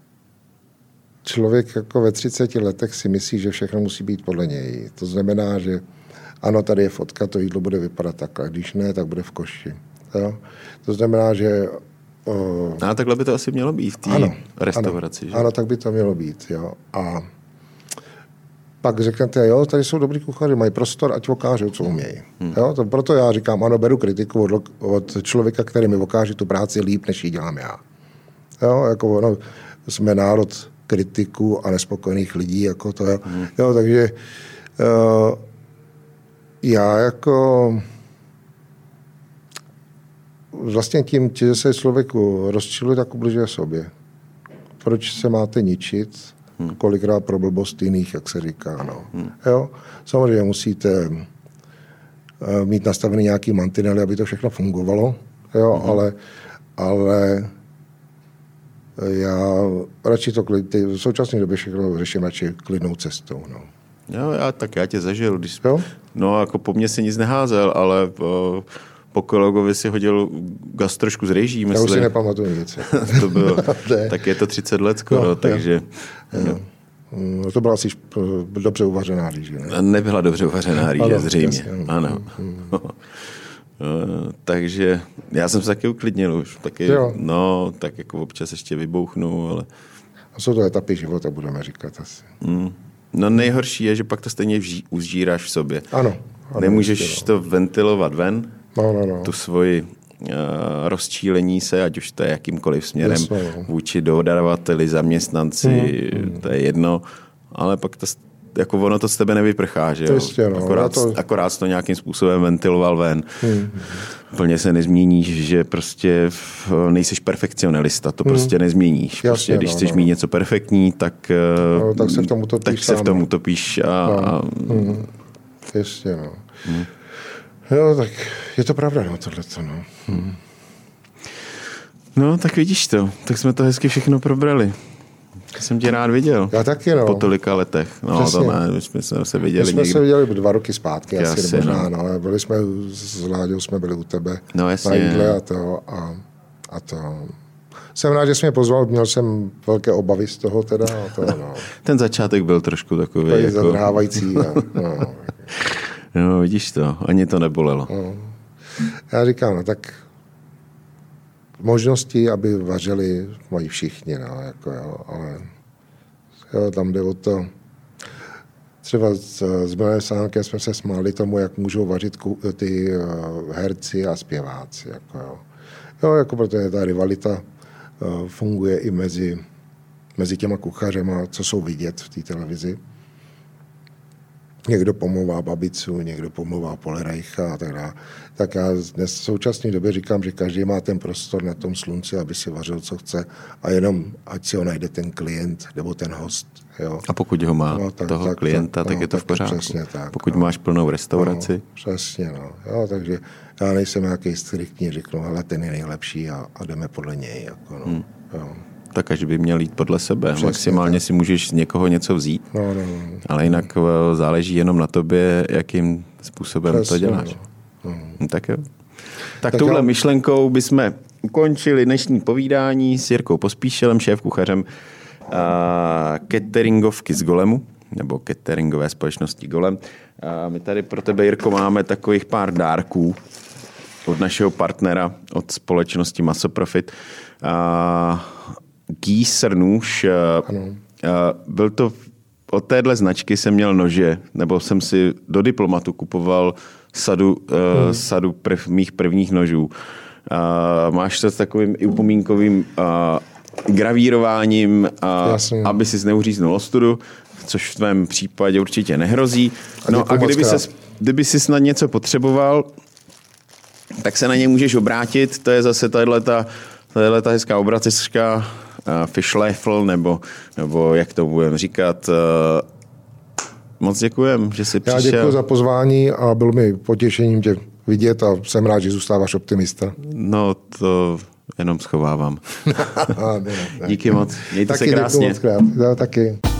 člověk jako ve třiceti letech si myslí, že všechno musí být podle něj. To znamená, že ano, tady je fotka, to jídlo bude vypadat takhle. Když ne, tak bude v koši. Jo? To znamená, že... O... A takhle by to asi mělo být v té restauraci. Ano, že? ano, tak by to mělo být. Jo? A pak řeknete, jo, tady jsou dobrý kuchaři, mají prostor, ať vokážou, co umějí. Hmm. Jo? To, proto já říkám, ano, beru kritiku od, od člověka, který mi vokáže tu práci líp, než ji dělám já. Jo? Jako, ono, jsme národ kritiků a nespokojených lidí, jako to, hmm. jo, takže uh, já jako vlastně tím, že se člověku rozčiluje, tak ubližuje sobě. Proč se máte ničit? Hmm. Kolikrát pro blbost jiných, jak se říká, no. Hmm. Jo, samozřejmě musíte uh, mít nastavený nějaký mantinely, aby to všechno fungovalo, jo, hmm. ale, ale já radši to klid, v současné době všechno řeším radši klidnou cestou. No. Jo, já, tak já tě zažil. Když, no, jako po mně si nic neházel, ale po, po kolegovi si hodil gastrošku z rejží, myslím. Já už si nepamatuju nic. To bylo, tak je to třicet let skoro, no, takže... No. No, to byla asi dobře uvařená rýže. Ne? Nebyla dobře uvařená rýže, zřejmě. Jasně, ano. Hmm. Uh, takže já jsem se taky uklidnil už. Taky, no, tak jako občas ještě vybouchnu, ale... A jsou to etapy života, budeme říkat asi. Mm. No nejhorší je, že pak to stejně vží, uzžíráš v sobě. Ano. ano Nemůžeš jistě, to ventilovat ven, no, no, no. tu svoji uh, rozčílení se, ať už to je jakýmkoliv směrem, Jasno, no. vůči dodavateli, zaměstnanci, hmm. to je jedno, ale pak to jako ono to z tebe nevyprchá, že jo? Jistě, no. Akorát, to... akorát to nějakým způsobem ventiloval ven. Hmm. Plně se nezměníš, že prostě nejseš perfekcionalista, to hmm. prostě nezměníš. Jasně, prostě, když no, chceš no. mít něco perfektní, tak, no, tak se v tom utopíš tak se v tom utopíš a, no. a hmm. Ještě, no. Hmm. Jo, tak je to pravda, no, tohleto, no. Hmm. No, tak vidíš to. Tak jsme to hezky všechno probrali. Jsem tě rád viděl. Já taky, no. Po tolika letech. No, Přesně. to ne, my jsme se viděli my jsme někdy. se viděli dva roky zpátky, Jasně, asi, možná, no. no. Byli jsme s Láďou, jsme byli u tebe no, jasně. na jídle a to, a, a to. Jsem rád, že jsi mě pozval, měl jsem velké obavy z toho teda. A to, no. Ten začátek byl trošku takový. To je jako... zadrhávající. A, no. no, vidíš to, ani to nebolelo. No. Já říkám, no tak možnosti, aby vařili, mají všichni, no, jako jo, ale jo, tam jde o to. Třeba s, s Milanem Sánkem jsme se smáli tomu, jak můžou vařit ty uh, herci a zpěváci. Jako jo. Jo, jako protože ta rivalita uh, funguje i mezi, mezi těma kuchařema, co jsou vidět v té televizi. Někdo pomlouvá Babicu, někdo pomlouvá Polerajcha a tak dále. Tak já dnes v současné době říkám, že každý má ten prostor na tom slunci, aby si vařil, co chce a jenom, ať si ho najde ten klient nebo ten host. Jo. A pokud ho má, no, tak, toho tak, klienta, tak, tak no, je to tak v pořádku. Přesně tak, pokud no. máš plnou restauraci. No, přesně, no. Jo, takže já nejsem nějaký striktní, řeknu, ale ten je nejlepší a, a jdeme podle něj. Jako, no. hmm. jo. Tak každý by měl jít podle sebe. Přesně, maximálně tak. Si můžeš z někoho něco vzít, no, no, no. ale jinak záleží jenom na tobě, jakým způsobem Přesně, to děláš. No. No. Tak jo. Tak, tak touhle já... myšlenkou bychom ukončili dnešní povídání s Jirkou Pospíšilem, šéfkuchařem a cateringovky z Golemu, nebo cateringové společnosti Golem. A my tady pro tebe, Jirko, máme takových pár dárků od našeho partnera, od společnosti Masoprofit. A Gießer nůž. Ano. Byl to, od téhle značky jsem měl nože, nebo jsem si do diplomatu kupoval sadu, hmm. sadu prv, mých prvních nožů. Máš to s takovým upomínkovým gravírováním, aby si neuříznul ostudu, což v tvém případě určitě nehrozí. No a kdyby, ses, kdyby si snad něco potřeboval, tak se na ně můžeš obrátit. To je zase tato ta hezká obracička uh, Fischlöffel, nebo, nebo jak to budeme říkat. Uh, moc děkujem, že jsi Já přišel. děkuji za pozvání a byl mi potěšením tě vidět a jsem rád, že zůstáváš optimista. No, to jenom schovávám. Díky moc. Mějte taky se krásně. Taky děkuji moc krát. Já, taky.